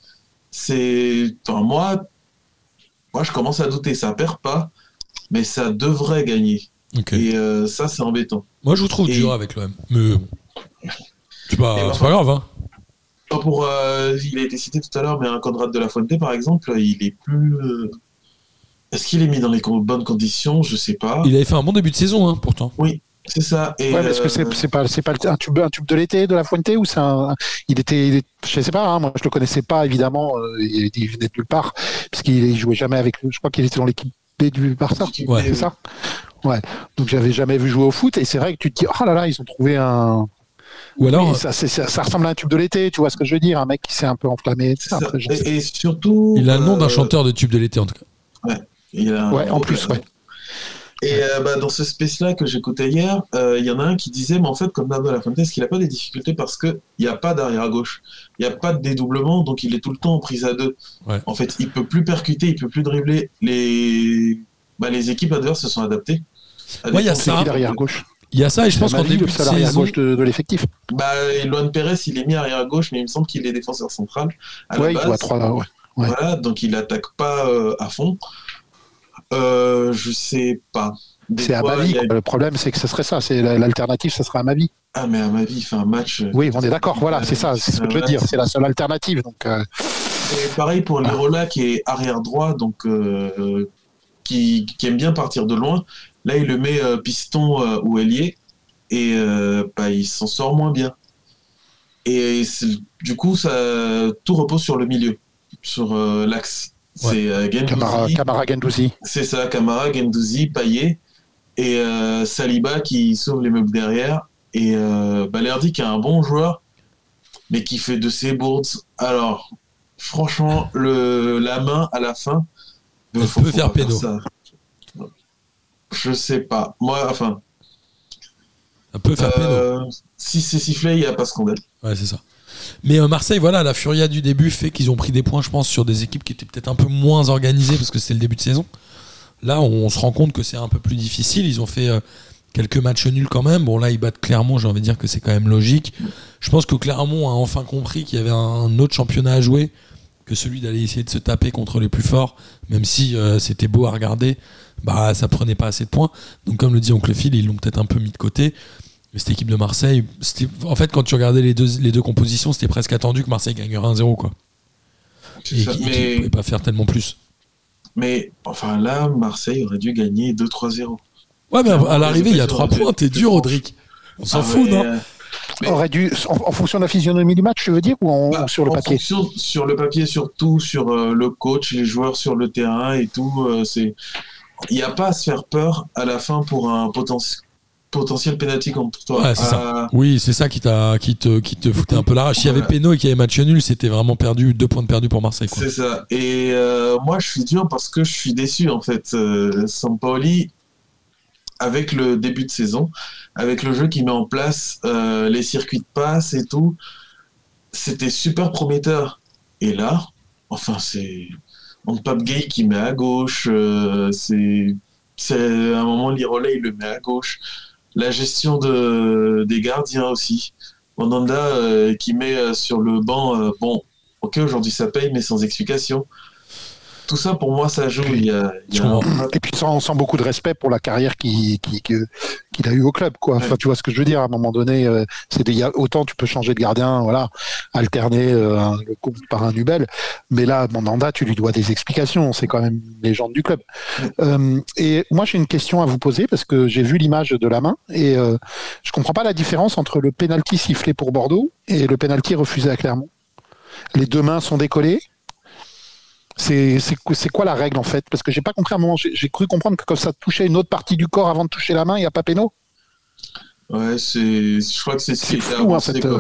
Moi, je commence à douter. Ça perd pas, mais ça devrait gagner. Okay. Et ça, c'est embêtant. Moi, je vous trouve dur avec l'OM. Mais c'est pas grave. Hein. Il a été cité tout à l'heure, mais un Conrad de la Fuente, par exemple, il est plus. Est-ce qu'il est mis dans les bonnes conditions? Je sais pas. Il avait fait un bon début de saison, hein, pourtant. Oui, c'est ça. Et mais est-ce que c'est pas un tube de l'été de la Fuente ou c'est je sais pas. Hein, moi, je le connaissais pas évidemment. Il venait de nulle part puisqu'il jouait jamais avec. Je crois qu'il était dans l'équipe B du Barça. Ouais. C'est ça. Ouais. Donc j'avais jamais vu jouer au foot et c'est vrai que tu te dis oh là là, ils ont trouvé un. Ou alors, ça ressemble à un tube de l'été, tu vois ce que je veux dire, un mec qui s'est un peu enflammé. Et surtout, il a le nom d'un chanteur de tube de l'été en tout cas. Ouais. En plus, ouais. Et dans ce space-là que j'écoutais hier, il y en a un qui disait, mais en fait, comme Bernardo Lafontaine, est-ce qu'il n'a pas des difficultés parce qu'il n'y a pas d'arrière à gauche, il n'y a pas de dédoublement, donc il est tout le temps en prise à 2. Ouais. En fait, il ne peut plus percuter, il ne peut plus dribbler. Les équipes adverses se sont adaptées. Il y a ça. L'arrière gauche. Il y a ça, et je pense qu'en début de saison... l'arrière gauche de l'effectif. Luan Pérez, il est mis arrière gauche, mais il me semble qu'il est défenseur central. Il joue à 3, ouais. Voilà, donc il n'attaque pas à fond. Je sais pas. C'est à Mavi. Le problème, c'est que ce serait ça. C'est l'alternative, ce serait à Mavi. Ah, mais à Mavi, il fait un match. Oui, on est d'accord. Voilà, c'est ça. C'est ce que je veux dire. C'est la seule alternative. Donc. Et pareil pour Lirola qui est arrière droit, donc qui aime bien partir de loin. Là, il le met piston ou ailier et il s'en sort moins bien. Et du coup, tout repose sur le milieu, sur l'axe. C'est Guendouzi. Camara Guendouzi. C'est ça, Camara, Guendouzi, Payet et Saliba qui sauve les meubles derrière. Et Balerdi qui est un bon joueur, mais qui fait de ses bourdes. Alors, franchement, la main à la fin, il peut faire péno. Je sais pas. Moi, enfin. Ça peut faire péno. Si c'est sifflé, il n'y a pas scandale. Ouais, c'est ça. Mais Marseille, voilà, la furia du début fait qu'ils ont pris des points, je pense, sur des équipes qui étaient peut-être un peu moins organisées parce que c'était le début de saison. Là, on se rend compte que c'est un peu plus difficile. Ils ont fait quelques matchs nuls quand même. Bon, là, ils battent Clermont, j'ai envie de dire que c'est quand même logique. Je pense que Clermont a enfin compris qu'il y avait un autre championnat à jouer que celui d'aller essayer de se taper contre les plus forts, même si c'était beau à regarder, bah ça prenait pas assez de points. Donc comme le dit Oncle Phil, ils l'ont peut-être un peu mis de côté. Mais cette équipe de Marseille, en fait quand tu regardais les deux compositions, c'était presque attendu que Marseille gagne 1-0 quoi. Et qu'ils ne pouvaient pas faire tellement plus. Mais enfin là, Marseille aurait dû gagner 2-3-0. Ouais, mais à l'arrivée, il y a 3 points, t'es dur, Rodrigue. On s'en fout, non aurait dû, en fonction de la physionomie du match, tu veux dire, ou sur le papier sur le papier, surtout sur le coach, les joueurs sur le terrain et tout. Il n'y a pas à se faire peur à la fin pour un potentiel pénalty contre toi. Ouais, c'est ça. Oui, c'est ça qui te foutait un peu la rage. S'il y avait péno et qu'il y avait match nul, c'était vraiment perdu, 2 points de perdu pour Marseille, quoi. C'est ça. Et moi, je suis dur parce que je suis déçu, en fait. Sampaoli, avec le début de saison, avec le jeu qu'il met en place, les circuits de passe et tout, c'était super prometteur. Et là, enfin, c'est Pape Gay qui met à gauche, c'est à un moment, Lirolet, il le met à gauche. La gestion des gardiens aussi. Mandanda qui met sur le banc, bon, ok, aujourd'hui ça paye, mais sans explication. Tout ça, pour moi, ça joue. Et puis sans beaucoup de respect pour la carrière qu'il a eue au club, quoi. Enfin, tu vois ce que je veux dire. À un moment donné, autant tu peux changer de gardien, voilà, alterner le coup par un Nubel, mais là, Mandanda, tu lui dois des explications. C'est quand même une légende du club. Et moi, j'ai une question à vous poser parce que j'ai vu l'image de la main et je comprends pas la différence entre le penalty sifflé pour Bordeaux et le penalty refusé à Clermont. Les 2 mains sont décollées. C'est quoi la règle en fait? Parce que j'ai pas compris à un moment, j'ai cru comprendre que quand ça touchait une autre partie du corps avant de toucher la main, il n'y a pas péno. Ouais, je crois que c'est flou, hein, c'est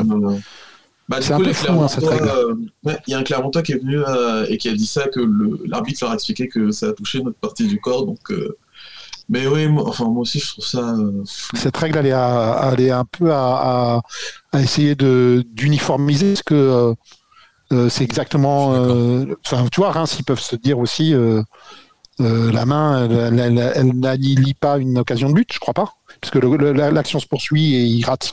un peu flou, cette règle. Il y a un Clermontois qui est venu et qui a dit ça, que l'arbitre leur a expliqué que ça a touché notre partie du corps. Donc, mais oui, moi aussi, je trouve ça flou. Cette règle, elle est un peu à essayer d'uniformiser ce que. C'est exactement. Tu vois, Reims, ils peuvent se dire aussi la main, elle n'annihile pas une occasion de but, je crois pas, parce que l'action se poursuit et il rate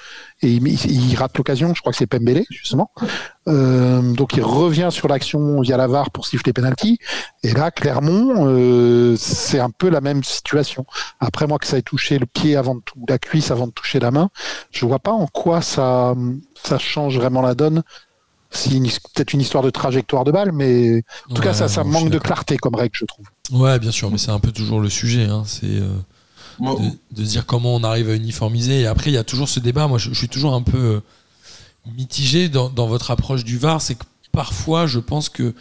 il rate l'occasion. Je crois que c'est Pembele justement. Donc il revient sur l'action via la VAR pour siffler penalty. Et là, Clermont, c'est un peu la même situation. Après, moi, que ça ait touché le pied la cuisse avant de toucher la main, je vois pas en quoi ça change vraiment la donne. C'est peut-être une histoire de trajectoire de balle, mais en tout cas, ça manque de clarté comme règle, je trouve. Ouais, bien sûr, mais c'est un peu toujours le sujet. Hein. C'est de se dire comment on arrive à uniformiser. Et après, il y a toujours ce débat. Moi, je suis toujours un peu mitigé dans votre approche du VAR. C'est que parfois, je pense que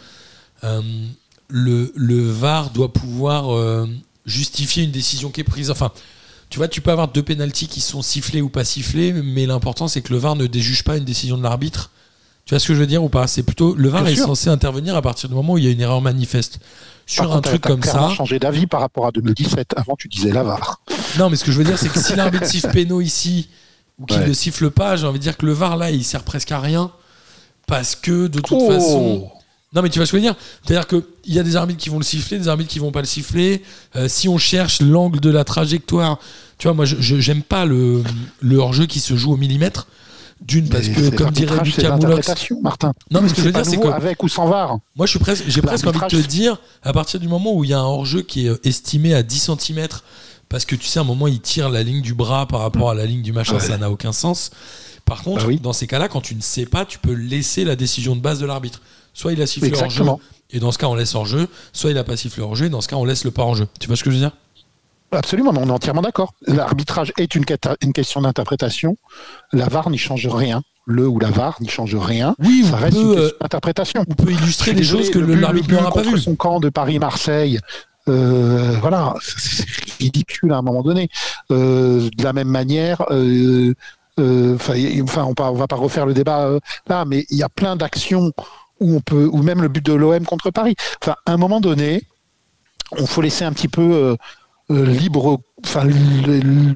le VAR doit pouvoir justifier une décision qui est prise. Enfin, tu vois, tu peux avoir 2 pénaltys qui sont sifflés ou pas sifflés, mais l'important, c'est que le VAR ne déjuge pas une décision de l'arbitre. Tu vois ce que je veux dire ou pas? C'est plutôt le VAR est censé intervenir à partir du moment où il y a une erreur manifeste. Sur un truc comme ça. Changé d'avis par rapport à 2017. Avant, tu disais la VAR. Non, mais ce que je veux dire, c'est que si l'arbitre siffle péno ici ou qu'il ne siffle pas, j'ai envie de dire que le VAR là, il sert presque à rien parce que de toute façon. Non, mais tu vois ce que je veux dire? C'est-à-dire qu'il y a des arbitres qui vont le siffler, des arbitres qui vont pas le siffler. Si on cherche l'angle de la trajectoire, tu vois, moi, j'aime pas le hors-jeu qui se joue au millimètre. Parce que, comme dirait Lucas Moulox, Martin. Non, mais ce que je veux dire, c'est que avec ou sans VAR. Moi, j'ai presque envie de te dire, à partir du moment où il y a un hors-jeu qui est estimé à 10 cm, parce que tu sais, à un moment, il tire la ligne du bras par rapport à la ligne du machin, ça n'a aucun sens. Par contre, dans ces cas-là, quand tu ne sais pas, tu peux laisser la décision de base de l'arbitre. Soit il a sifflé hors-jeu, et dans ce cas, on laisse hors-jeu, soit il n'a pas sifflé hors-jeu, et dans ce cas, on laisse le pas hors-jeu. Tu vois ce que je veux dire? Absolument, on est entièrement d'accord. L'arbitrage est une question d'interprétation. La VAR n'y change rien. Le ou la VAR n'y change rien. Oui, ça reste une question d'interprétation. On peut illustrer des choses que l'arbitre n'aura pas vues. Son camp de Paris-Marseille, voilà, c'est ridicule à un moment donné. De la même manière, on va pas refaire le débat là, mais il y a plein d'actions ou même le but de l'OM contre Paris. Enfin, à un moment donné, on faut laisser un petit peu libre,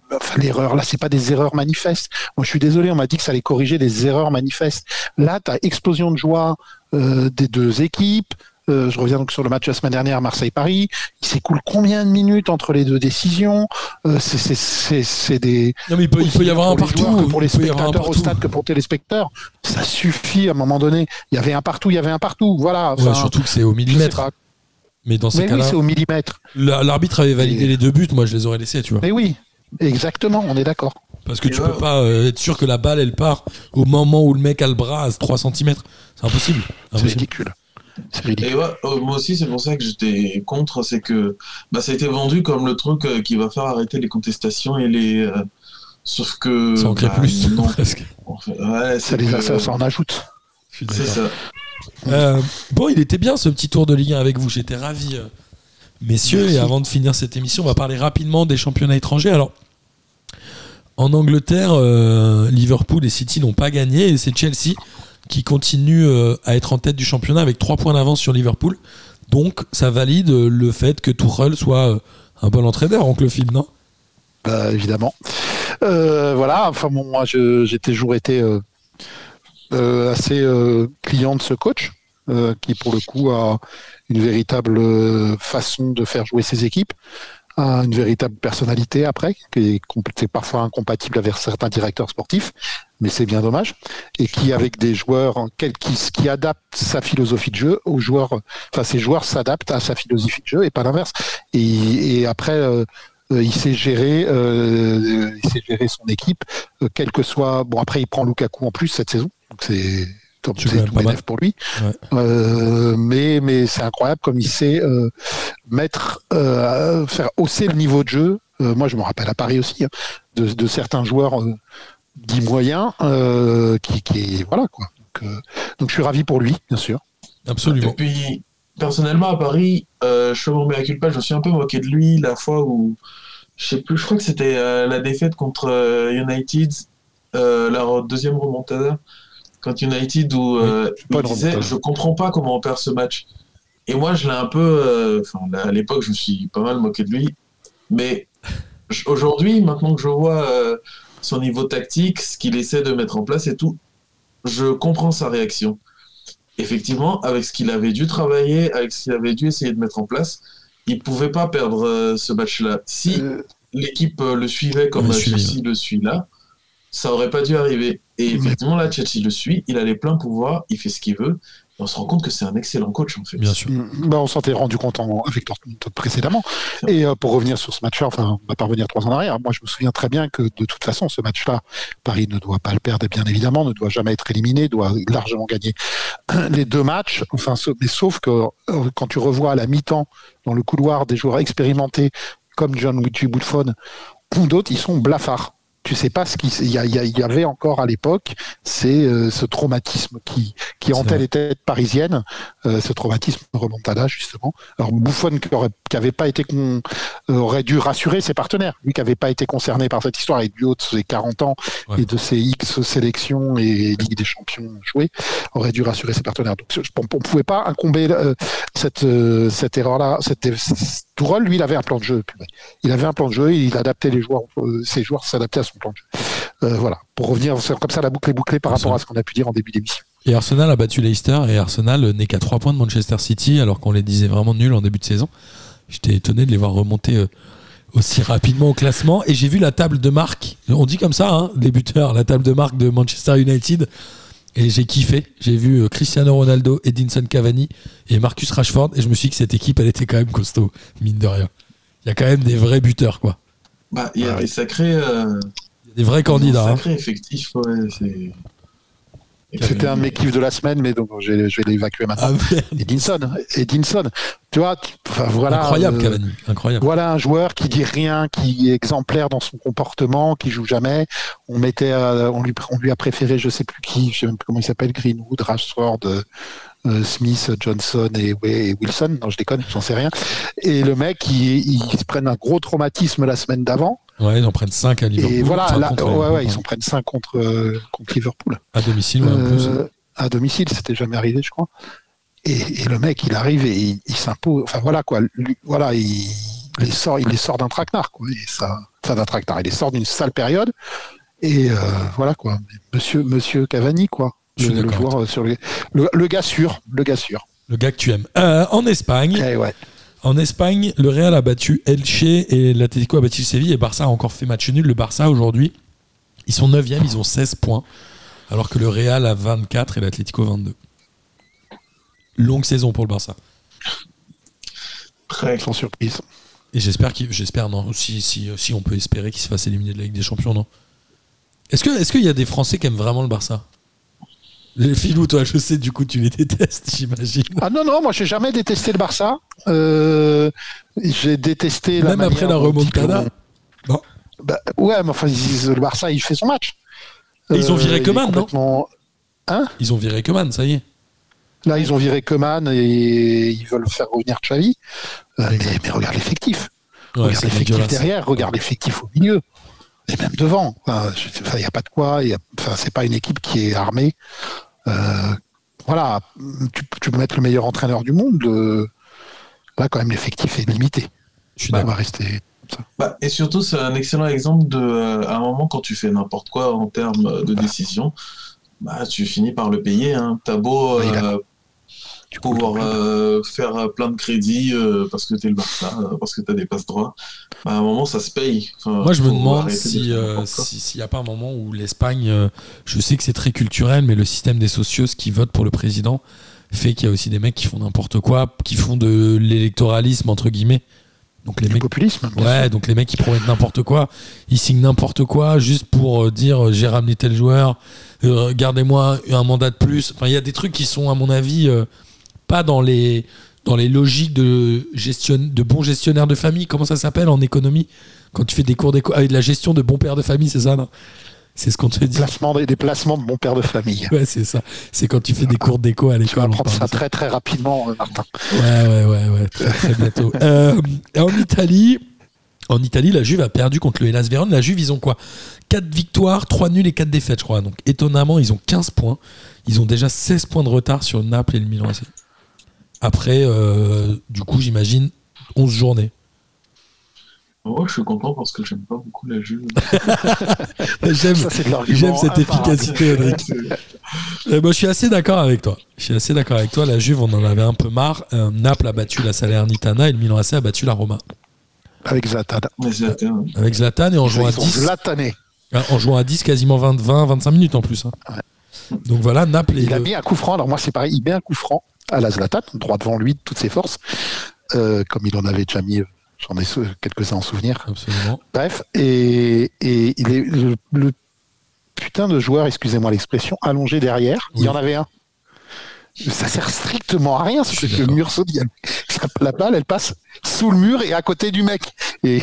enfin, l'erreur, là, c'est pas des erreurs manifestes. Moi, je suis désolé, on m'a dit que ça allait corriger des erreurs manifestes. Là, tu as explosion de joie des deux équipes. Je reviens donc sur le match de la semaine dernière, Marseille-Paris. Il s'écoule combien de minutes entre les deux décisions? C'est des... Non, mais il peut y avoir un partout. Pour les spectateurs au stade que pour les téléspectateurs. Ça suffit à un moment donné. Il y avait un partout. Voilà. Enfin, surtout que c'est au millimètre. Mais dans ces cas-là, oui, c'est au millimètre. L'arbitre avait validé les 2 buts, moi je les aurais laissés, tu vois. Mais oui, exactement, on est d'accord. Parce que tu peux pas être sûr que la balle elle part au moment où le mec a le bras à 3 cm. C'est impossible. C'est ridicule. Et ouais, moi aussi, c'est pour ça que j'étais contre, c'est que ça a été vendu comme le truc qui va faire arrêter les contestations et les. Sauf que. Ça en crée plus, non. presque. Ouais, ça en ajoute. C'est ça. Bon, il était bien ce petit tour de Ligue 1 avec vous, j'étais ravi. Messieurs, merci. Et avant de finir cette émission, on va parler rapidement des championnats étrangers. Alors, en Angleterre, Liverpool et City n'ont pas gagné et c'est Chelsea qui continue à être en tête du championnat avec 3 points d'avance sur Liverpool. Donc, ça valide le fait que Tuchel soit un bon entraîneur, oncle Phil, non ? Évidemment. Voilà, enfin bon, moi j'ai toujours été assez client de ce coach qui pour le coup a une véritable façon de faire jouer ses équipes, a une véritable personnalité après, qui est parfois incompatible avec certains directeurs sportifs, mais c'est bien dommage, et qui avec des joueurs qui adaptent sa philosophie de jeu aux joueurs, enfin ces joueurs s'adaptent à sa philosophie de jeu et pas l'inverse. Et après il sait gérer son équipe, quel que soit. Bon, après, il prend Lukaku en plus cette saison, donc c'est tout bénéf pour lui. Ouais. Mais c'est incroyable comme il sait faire hausser le niveau de jeu. Moi, je me rappelle à Paris aussi de certains joueurs dits moyens qui voilà quoi. Donc, je suis ravi pour lui, bien sûr. Absolument. Et puis, personnellement, à Paris, je me remets à culpa, je me suis un peu moqué de lui la fois où, je sais plus, je crois que c'était la défaite contre United, la deuxième remontada, contre United, où il disait « Je comprends pas comment on perd ce match ». Et moi, je l'ai un peu... à l'époque, je me suis pas mal moqué de lui. Mais aujourd'hui, maintenant que je vois son niveau tactique, ce qu'il essaie de mettre en place et tout, je comprends sa réaction. Effectivement, avec ce qu'il avait dû travailler, avec ce qu'il avait dû essayer de mettre en place, il ne pouvait pas perdre ce match-là. Si l'équipe le suivait comme Chelsea le suit là, ça n'aurait pas dû arriver. Et effectivement, là, Chelsea le suit, il a les pleins pouvoirs, il fait ce qu'il veut. Et on se rend compte que c'est un excellent coach, en fait. Bien sûr. On s'en était rendu compte avec Dortmund précédemment. Et pour revenir sur ce match-là, on va pas revenir 3 ans en arrière. Moi, je me souviens très bien que de toute façon, ce match-là, Paris ne doit pas le perdre, bien évidemment, ne doit jamais être éliminé, doit largement gagner les 2 matchs. Mais sauf que quand tu revois à la mi-temps, dans le couloir, des joueurs expérimentés comme John Buffon ou d'autres, ils sont blafards. Tu sais pas ce qu'il y avait encore à l'époque, c'est ce traumatisme qui hantait les têtes parisiennes, ce traumatisme remontada justement. Alors Buffon qui avait pas été aurait dû rassurer ses partenaires, lui qui avait pas été concerné par cette histoire et du haut de ses 40 ans et de ses X sélections et Ligue des Champions jouées, aurait dû rassurer ses partenaires. Donc on pouvait pas incomber cette erreur-là. Tourelle, lui, il avait un plan de jeu. Il avait un plan de jeu et il adaptait les joueurs, ses joueurs s'adaptaient à son plan de jeu. Voilà, pour revenir comme ça, la boucle est bouclée par rapport à ce qu'on a pu dire en début d'émission. Et Arsenal a battu Leicester et Arsenal n'est qu'à 3 points de Manchester City alors qu'on les disait vraiment nuls en début de saison. J'étais étonné de les voir remonter aussi rapidement au classement. Et j'ai vu la table de marque, on dit comme ça, les buteurs, la table de marque de Manchester United. Et j'ai kiffé. J'ai vu Cristiano Ronaldo, Edinson Cavani et Marcus Rashford. Et je me suis dit que cette équipe, elle était quand même costaud, mine de rien. Il y a quand même des vrais buteurs, quoi. Il y a des sacrés... Il y a des vrais candidats. Des sacrés effectifs, ouais. C'était un de mes kiffs de la semaine, mais donc je vais l'évacuer maintenant. Edinson. Tu vois, voilà. Incroyable, Cavani. Incroyable. Voilà un joueur qui dit rien, qui est exemplaire dans son comportement, qui joue jamais. On lui a préféré, je sais plus qui, je sais même plus comment il s'appelle, Greenwood, Rashford, Smith, Johnson et Wilson. Non, je déconne, j'en sais rien. Et le mec, ils se prennent un gros traumatisme la semaine d'avant. Ouais, ils en prennent 5 à Liverpool. Et voilà, ils en prennent 5 contre Liverpool. À domicile, en plus. À domicile, c'était jamais arrivé, je crois. Et le mec, il arrive et il s'impose. Enfin voilà quoi. il les sort d'un traquenard, quoi. Et ça, enfin, d'un traquenard. Il les sort d'une sale période. Et voilà, quoi. Monsieur Cavani, quoi. Le joueur sur le gars sûr. Le gars sûr. Le gars que tu aimes. En Espagne. Ouais. En Espagne, le Real a battu Elche et l'Atlético a battu Séville et Barça a encore fait match nul. Le Barça, aujourd'hui, ils sont 9e, ils ont 16 points. Alors que le Real a 24 et l'Atlético 22. Longue saison pour le Barça. Très sans surprise. Et j'espère non, si on peut espérer qu'il se fasse éliminer de la Ligue des Champions, non. Est-ce qu'il y a des Français qui aiment vraiment le Barça? Les Philou, toi, je sais, du coup, tu les détestes, j'imagine. Ah non, moi, j'ai jamais détesté le Barça. J'ai détesté même après la remontada. Non. Bah, ouais, mais enfin, le Barça, il fait son match. Et ils ont viré Koeman, non? Hein? Ils ont viré Koeman, ça y est. Là, ils ont viré Koeman et ils veulent faire revenir Xavi. Mais regarde l'effectif. Ouais, regarde l'effectif derrière, regarde l'effectif au milieu. Et même devant. Il n'y a pas de quoi. C'est pas une équipe qui est armée. Voilà. Tu peux mettre le meilleur entraîneur du monde. Là, quand même, l'effectif est limité. On va rester. Et surtout, c'est un excellent exemple à un moment, quand tu fais n'importe quoi en termes de décision, tu finis par le payer. Hein. T'as beau pouvoir faire plein de crédits parce que t'es le Barça, parce que t'as des passes droits. À un moment, ça se paye. Moi, je me demande s'il n'y a pas un moment où l'Espagne, je sais que c'est très culturel, mais le système des socios qui votent pour le président fait qu'il y a aussi des mecs qui font n'importe quoi, qui font de l'électoralisme, entre guillemets. Donc les mecs, populisme. Ouais, donc les mecs qui promettent n'importe quoi, ils signent n'importe quoi juste pour dire j'ai ramené tel joueur, gardez-moi un mandat de plus. Enfin, il y a des trucs qui sont, à mon avis, pas dans les logiques de bons gestionnaires de famille. Comment ça s'appelle en économie quand tu fais des cours d'éco avec de la gestion de bons pères de famille, c'est ça, non? C'est ce qu'on te dit. Des placements de bons pères de famille. Ouais, c'est ça. C'est quand tu fais des cours d'éco à l'école. Tu vas apprendre ça très très rapidement, Martin. Ouais, très, très bientôt. En Italie, la Juve a perdu contre le Hellas Vérone. La Juve, ils ont quoi? 4 victoires, 3 nuls et 4 défaites, je crois. Donc étonnamment, ils ont 15 points. Ils ont déjà 16 points de retard sur Naples et le Milan AC. Après, du coup, j'imagine 11 journées. Moi, je suis content parce que j'aime pas beaucoup la Juve. J'aime cette efficacité, Adric. Moi, je suis assez d'accord avec toi. La Juve, on en avait un peu marre. Naples a battu la Salernitana et le Milan AC a battu la Roma. Avec Zlatan. Avec Zlatan et en jouant à 10. En jouant à 10, quasiment 25 minutes en plus. Hein. Ouais. Donc voilà, Naples. Il a mis un coup franc. Alors moi, c'est pareil. Il met un coup franc à la Zlatan, droit devant lui de toutes ses forces, comme il en avait déjà mis. J'en ai quelques-uns en souvenir. Absolument. Bref, et il est le putain de joueur, excusez-moi l'expression, allongé derrière. Oui. Il y en avait un. Ça sert strictement à rien, parce que le mur saute. La balle, elle passe sous le mur et à côté du mec. Et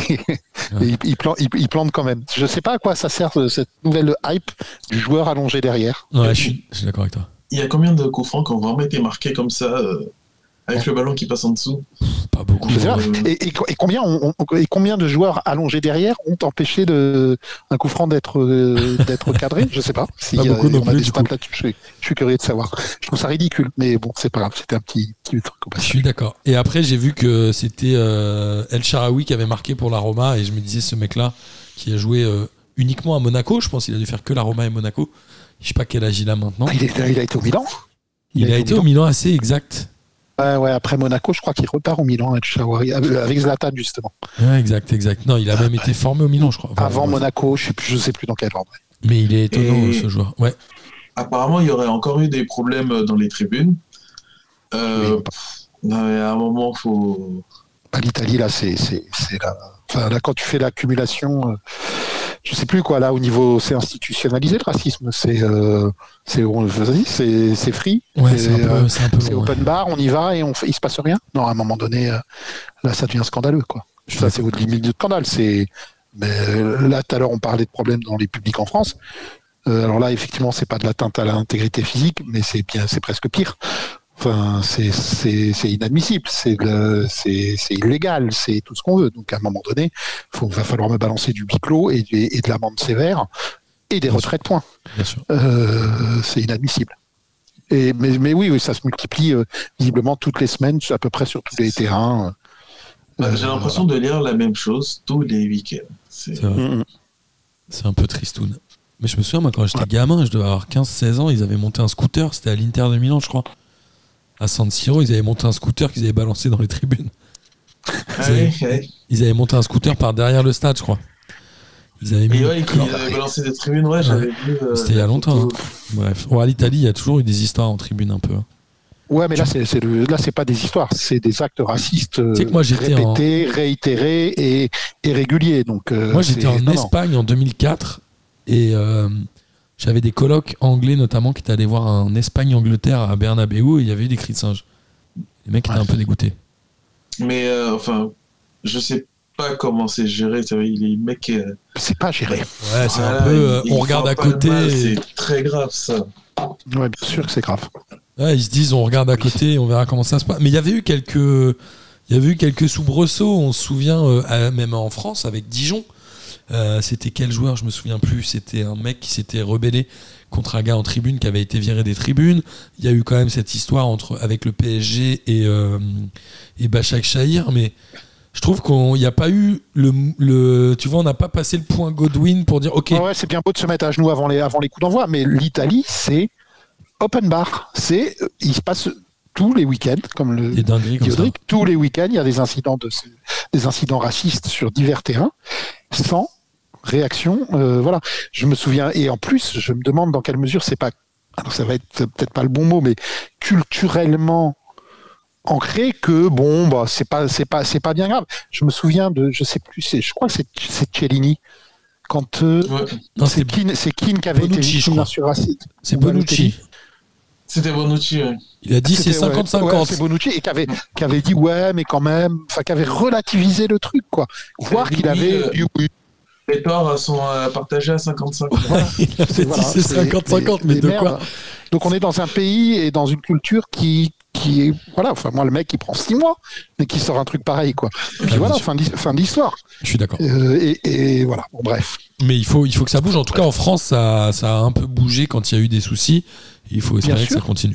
il plante quand même. Je sais pas à quoi ça sert cette nouvelle hype du joueur allongé derrière. Ouais, je suis d'accord avec toi. Il y a combien de coups francs qui ont vraiment été marqués comme ça avec le ballon qui passe en dessous? Pas beaucoup. Et combien de joueurs allongés derrière ont empêché un coup franc d'être cadré? Je sais pas. Pas beaucoup non plus. Je suis curieux de savoir. Je trouve ça ridicule, mais bon, c'est pas grave. C'était un petit truc. Je suis d'accord. Et après, j'ai vu que c'était El Shaarawy qui avait marqué pour la Roma, et je me disais, ce mec-là qui a joué uniquement à Monaco, je pense qu'il a dû faire que la Roma et Monaco. Je sais pas quel âge il a maintenant. Il a été au Milan. Il a été au Milan assez exact. Ouais, après Monaco, je crois qu'il repart au Milan avec Zlatan, justement. Ouais, exact. Non, il a même été formé au Milan, je crois. Enfin, avant Monaco, je sais plus dans quel ordre. Mais il est étonnant, ce joueur. Ouais. Apparemment, il y aurait encore eu des problèmes dans les tribunes. Non, mais à un moment, faut. L'Italie, là, c'est là. Enfin, là, quand tu fais l'accumulation. Je sais plus quoi, là, au niveau, c'est institutionnalisé le racisme, c'est free, ouais, c'est un peu c'est open bar, on y va et il se passe rien. Non, à un moment donné, là, ça devient scandaleux, quoi. Ça, c'est au-delà de scandale. Mais là, tout à l'heure, on parlait de problèmes dans les publics en France. Alors là, effectivement, c'est pas de l'atteinte à l'intégrité physique, mais c'est presque pire. Enfin, c'est inadmissible, c'est illégal, c'est tout ce qu'on veut. Donc à un moment donné, va falloir me balancer du huis clos et de l'amende sévère et des retraits de points. Bien sûr. C'est inadmissible. Mais oui, ça se multiplie visiblement toutes les semaines, à peu près sur tous les terrains. J'ai l'impression de lire la même chose tous les week-ends. C'est vrai. C'est un peu tristoun. Mais je me souviens, moi, quand j'étais gamin, je devais avoir 15-16 ans, ils avaient monté un scooter, c'était à l'Inter de Milan, je crois. À San Siro, ils avaient monté un scooter qu'ils avaient balancé dans les tribunes. Ils avaient monté un scooter par derrière le stade, je crois. Ils avaient mis. Ils avaient balancé des tribunes, j'avais vu. C'était il y a longtemps. Bref. À l'Italie, il y a toujours eu des histoires en tribune un peu. Ouais, mais là, c'est pas des histoires, c'est des actes racistes que moi, répétés, réitérés et réguliers. Donc, moi, j'étais en Espagne en 2004 et j'avais des colocs anglais notamment qui étaient allés voir un Espagne-Angleterre à Bernabeu et il y avait eu des cris de singe. Les mecs étaient un peu dégoûtés. Mais je sais pas comment c'est géré. Les mecs. C'est pas géré. Ouais, c'est un peu. On regarde à côté. C'est très grave ça. Ouais, bien sûr que c'est grave. Ouais, ils se disent on regarde à côté et on verra comment ça se passe. Mais il y avait eu quelques soubresauts, on se souvient, même en France avec Dijon. C'était quel joueur, je me souviens plus. C'était un mec qui s'était rebellé contre un gars en tribune qui avait été viré des tribunes. Il y a eu quand même cette histoire avec le PSG et Bachak Shahir, mais je trouve qu'il n'y a pas eu tu vois, on n'a pas passé le point Godwin pour dire ok. Ouais, c'est bien beau de se mettre à genoux avant les coups d'envoi, mais l'Italie, c'est open bar. Il se passe tous les week-ends, comme le dit Audric, tous les week-ends, il y a des incidents racistes sur divers terrains, sans réaction. Voilà. Je me souviens, et en plus, je me demande dans quelle mesure c'est pas, alors ça va être peut-être pas le bon mot, mais culturellement ancré que c'est pas bien grave. Je me souviens je sais plus, je crois que c'est Cellini. Quand non, c'est Keane qui avait Bonucci, été victime sur raciste. C'est Bonucci. C'était Bonucci, oui. Il a dit c'est 50-50. Ouais, c'est Bonucci et qui avait dit mais quand même, qui avait relativisé le truc, quoi. Voir qu'il avait dit oui. Les torts sont partagés à 55. Voilà. C'est 50-50, mais de quoi? Donc on est dans un pays et dans une culture qui est, voilà, enfin moi le mec il prend 6 mois mais qui sort un truc pareil, quoi. Et puis voilà, fin de l'histoire. Je suis d'accord. Et voilà, bon bref. Mais il faut que ça bouge. En tout cas en France ça a un peu bougé quand il y a eu des soucis. Il faut espérer que ça continue.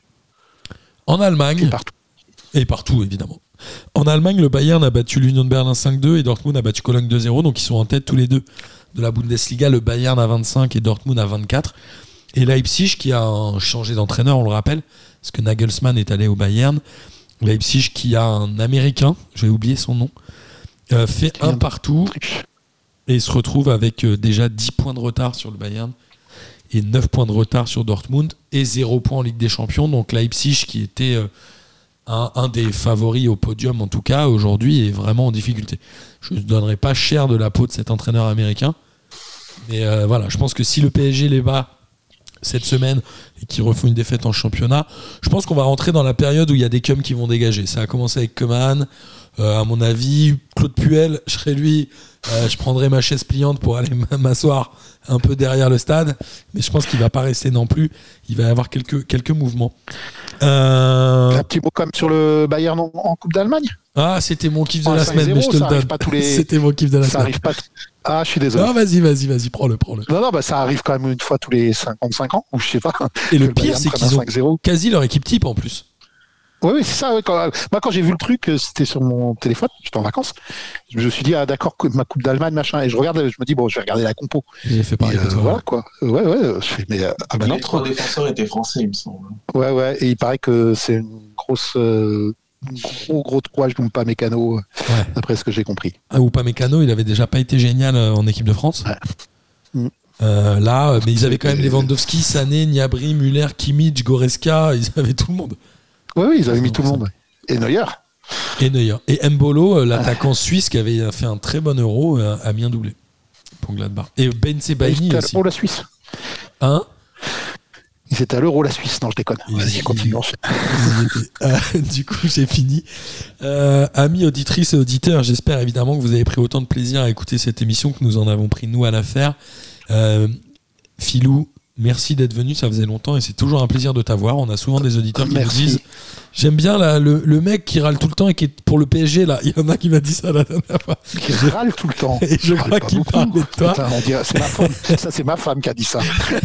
En Allemagne et partout évidemment. En Allemagne, le Bayern a battu l'Union de Berlin 5-2 et Dortmund a battu Cologne 2-0. Donc ils sont en tête tous les deux de la Bundesliga. Le Bayern à 25 et Dortmund à 24. Et Leipzig qui a changé d'entraîneur, on le rappelle, parce que Nagelsmann est allé au Bayern. Leipzig qui a un Américain, j'ai oublié son nom, fait un partout et se retrouve avec déjà 10 points de retard sur le Bayern et 9 points de retard sur Dortmund et 0 points en Ligue des Champions. Donc Leipzig qui était un des favoris au podium en tout cas aujourd'hui est vraiment en difficulté. Je ne donnerai pas cher de la peau de cet entraîneur américain, mais voilà, je pense que si le PSG les bat cette semaine et qu'ils refont une défaite en championnat, je pense qu'on va rentrer dans la période où il y a des cums qui vont dégager. Ça a commencé avec Koeman, à mon avis, Claude Puel, je serais lui, je prendrais ma chaise pliante pour aller m'asseoir un peu derrière le stade, mais je pense qu'il ne va pas rester non plus, il va y avoir quelques mouvements. Un petit mot comme sur le Bayern en Coupe d'Allemagne. Ah, c'était mon kiff de la semaine, mais je te le donne. C'était mon kiff de la semaine. Ah, je suis désolé. Ah, vas-y, prends-le. Non, ça arrive quand même une fois tous les 55 ans, ou je sais pas. Et le pire, c'est qu'ils ont quasi leur équipe type en plus. Oui, c'est ça. Ouais. Quand j'ai vu le truc, c'était sur mon téléphone, j'étais en vacances. Je me suis dit, d'accord, ma Coupe d'Allemagne, machin. Et je regarde, je me dis, je vais regarder la compo. J'ai fait pareil que toi. Voilà, quoi. Ouais. Les 3 défenseurs étaient français, il me semble. Ouais. Et il paraît que c'est une grosse. Gros trouage d'Upamecano, d'après ce que j'ai compris. Upamecano, il avait déjà pas été génial en équipe de France. Ouais. Mais ils avaient quand même Lewandowski, Sané, Gnabry, Müller, Kimmich, Goretzka, ils avaient tout le monde. Oui, ils avaient mis tout le monde. Et Neuer. Et Mbolo, l'attaquant suisse qui avait fait un très bon Euro, a bien doublé pour Gladbach. Et Ben Sebaini aussi. Pour la Suisse. Hein? Ils étaient à l'Euro, la Suisse. Non, je déconne. Vas-y, continue. Du coup, j'ai fini. Amis auditrices et auditeurs, j'espère évidemment que vous avez pris autant de plaisir à écouter cette émission que nous en avons pris, nous, à la faire. Philou, Merci d'être venu, ça faisait longtemps et c'est toujours un plaisir de t'avoir. On a souvent des auditeurs qui nous Merci. disent j'aime bien le mec qui râle tout le temps et qui est pour le PSG là. Il y en a qui m'a dit ça la dernière fois. Qui râle tout le temps. Et je crois qu'il parlait de toi. Putain, on dirait, c'est ma femme. Ça, c'est ma femme qui a dit ça.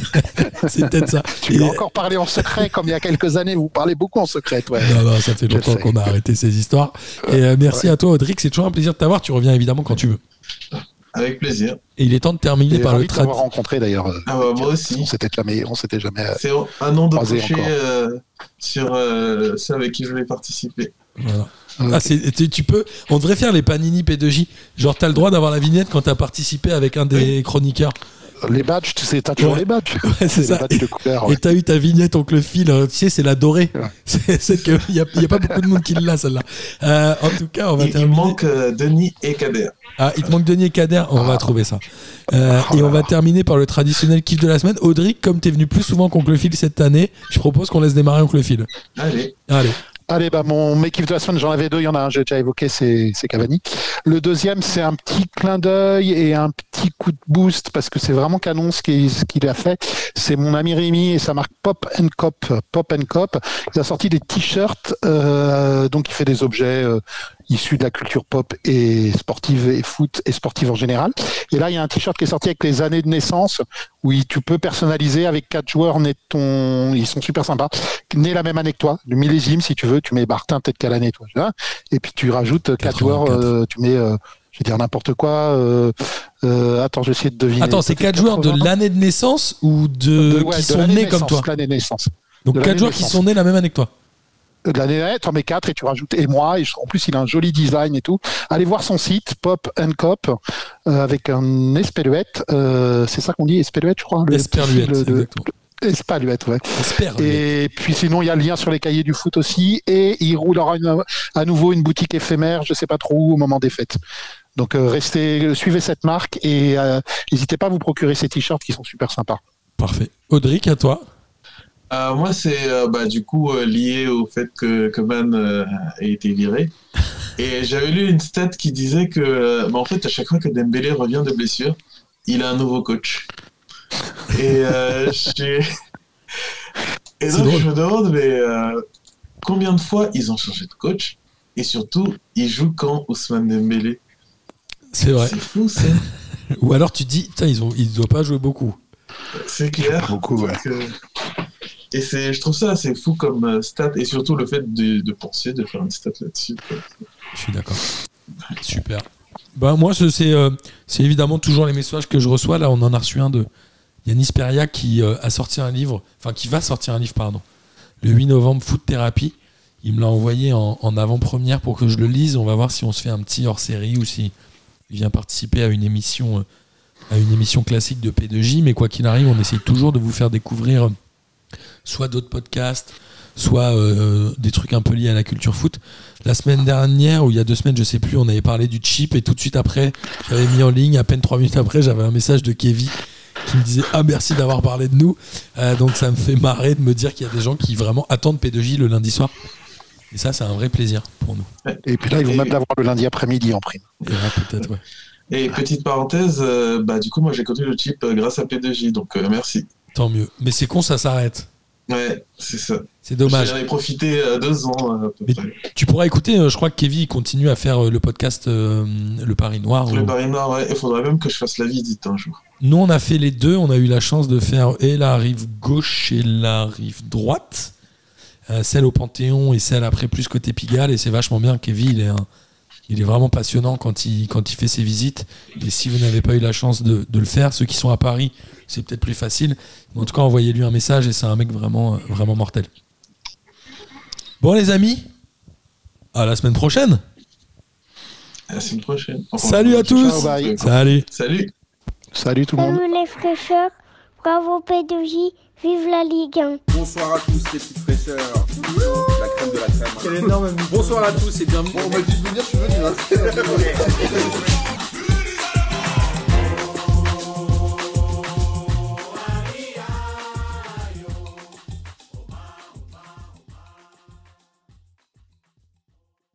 C'est peut-être ça. Tu lui as encore parlé en secret, comme il y a quelques années. Vous parlez beaucoup en secret, ouais. Non, ça fait longtemps qu'on a arrêté ces histoires. Et merci à toi, Audric. C'est toujours un plaisir de t'avoir. Tu reviens évidemment quand tu veux. Avec plaisir. Et il est temps de terminer Et par le ravi de t'avoir rencontré d'ailleurs. Ah bah, moi aussi. On s'était jamais. C'est un nom de croisé cocher encore. sur ceux avec qui je vais participer. Voilà. Ok. Tu peux. On devrait faire les Panini P2J. Genre, t'as le droit d'avoir la vignette quand t'as participé avec un des chroniqueurs. Les badges, tu sais, t'as toujours Ouais. les badges. Ouais, c'est ça. Les badges de couleur. Et Ouais. t'as eu ta vignette Oncle Phil, tu sais, c'est la dorée. Ouais. C'est qu'il n'y a pas beaucoup de monde qui l'a, celle-là. En tout cas, on va Il terminer. manque Denis et Kader. Ah, il te manque Denis et Kader, on va trouver ça. Et on va terminer par le traditionnel kiff de la semaine. Audric, comme t'es venu plus souvent qu'Oncle Phil cette année, je propose qu'on laisse démarrer Oncle Phil. Allez. Allez, bah mon équipe de la semaine, j'en avais deux. Il y en a un, j'ai déjà évoqué, c'est Cavani. Le deuxième, c'est un petit clin d'œil et un petit coup de boost parce que c'est vraiment canon ce qu'il a fait. C'est mon ami Rémi et sa marque Pop & Cop. Il a sorti des t-shirts, donc il fait des objets issus de la culture pop et sportive et foot et sportive en général. Et là, il y a un t-shirt qui est sorti avec les années de naissance où tu peux personnaliser avec 4 joueurs nés ils sont super sympas, nés la même année que toi, le millésime si tu veux, tu mets Martin, peut-être quelle année toi, et puis tu rajoutes 4 joueurs, tu mets, je vais dire n'importe quoi, attends, je vais essayer de deviner. Attends, c'est 4 joueurs de l'année de naissance ou qui sont nés comme toi? L'année de naissance. Donc de 4 l'année joueurs de qui naissance. sont nés la même année que toi. De l'année, tu en mets 4 et tu rajoutes et moi. Et en plus, il a un joli design et tout. Allez voir son site, Pop & Cop, avec un espéluette. C'est ça qu'on dit, espéluette, je crois. Esperluette, exactement. Espaluette, ouais. Esperluette. Et puis sinon, il y a le lien sur les cahiers du foot aussi. Et il roulera à nouveau une boutique éphémère, je sais pas trop où, au moment des fêtes. Donc suivez cette marque et n'hésitez pas à vous procurer ces t-shirts qui sont super sympas. Parfait. Audric, à toi. Moi, c'est du coup lié au fait que Coman a été viré. Et j'avais lu une stat qui disait que, en fait, à chaque fois que Dembélé revient de blessure, il a un nouveau coach. Et, et donc, je me demande, mais combien de fois ils ont changé de coach? Et surtout, il joue quand Ousmane Dembélé? C'est vrai. C'est fou, ça. Ou alors tu te dis, putain, ils ne doivent pas jouer beaucoup. C'est clair. Beaucoup, ouais. Et je trouve ça assez fou comme stat, et surtout le fait de penser, de faire une stat là-dessus. Je suis d'accord. Super. Moi, c'est évidemment toujours les messages que je reçois. Là, on en a reçu un de Yanis Peria qui a sorti un livre, enfin qui va sortir un livre, pardon, le 8 novembre, Foot Thérapie. Il me l'a envoyé en avant-première pour que je le lise. On va voir si on se fait un petit hors-série ou si il vient participer à une émission classique de P2J. Mais quoi qu'il arrive, on essaye toujours de vous faire découvrir soit d'autres podcasts, soit des trucs un peu liés à la culture foot. La semaine dernière, ou il y a 2 semaines, je sais plus, on avait parlé du chip et tout de suite après, j'avais mis en ligne, à peine 3 minutes après, j'avais un message de Kevin qui me disait « Ah, merci d'avoir parlé de nous ». Donc ça me fait marrer de me dire qu'il y a des gens qui vraiment attendent P2J le lundi soir. Et ça, c'est un vrai plaisir pour nous. Et puis là, ils vont même l'avoir le lundi après-midi en prime. Et là, peut-être, ouais. Et petite parenthèse, du coup, moi j'ai connu le chip grâce à P2J, donc merci. Tant mieux. Mais c'est con, ça s'arrête. Ouais, c'est ça. C'est dommage. J'en ai profité 2 ans à peu près. Tu pourras écouter, je crois que Kevin continue à faire le podcast Le Paris Noir. Le Paris Noir, ouais. Il faudrait même que je fasse la visite un jour. Nous, on a fait les deux. On a eu la chance de faire et la rive gauche et la rive droite. Celle au Panthéon et celle après plus côté Pigalle. Et c'est vachement bien. Kevin, il est vraiment passionnant quand il fait ses visites. Et si vous n'avez pas eu la chance de le faire, ceux qui sont à Paris, c'est peut-être plus facile. Mais en tout cas, envoyez-lui un message et c'est un mec vraiment, vraiment mortel. Bon, les amis, à la semaine prochaine. À la semaine prochaine. Salut à tous. Ciao, bye. Salut. Salut. Salut tout le monde. Salut les fraîcheurs, bravo P2J, vive la Ligue 1. Bonsoir à tous les petites fraîcheurs. La crème de la crème. Quel énorme. Bonsoir à tous et bienvenue. Bon, on m'a dit de venir, je suis venu.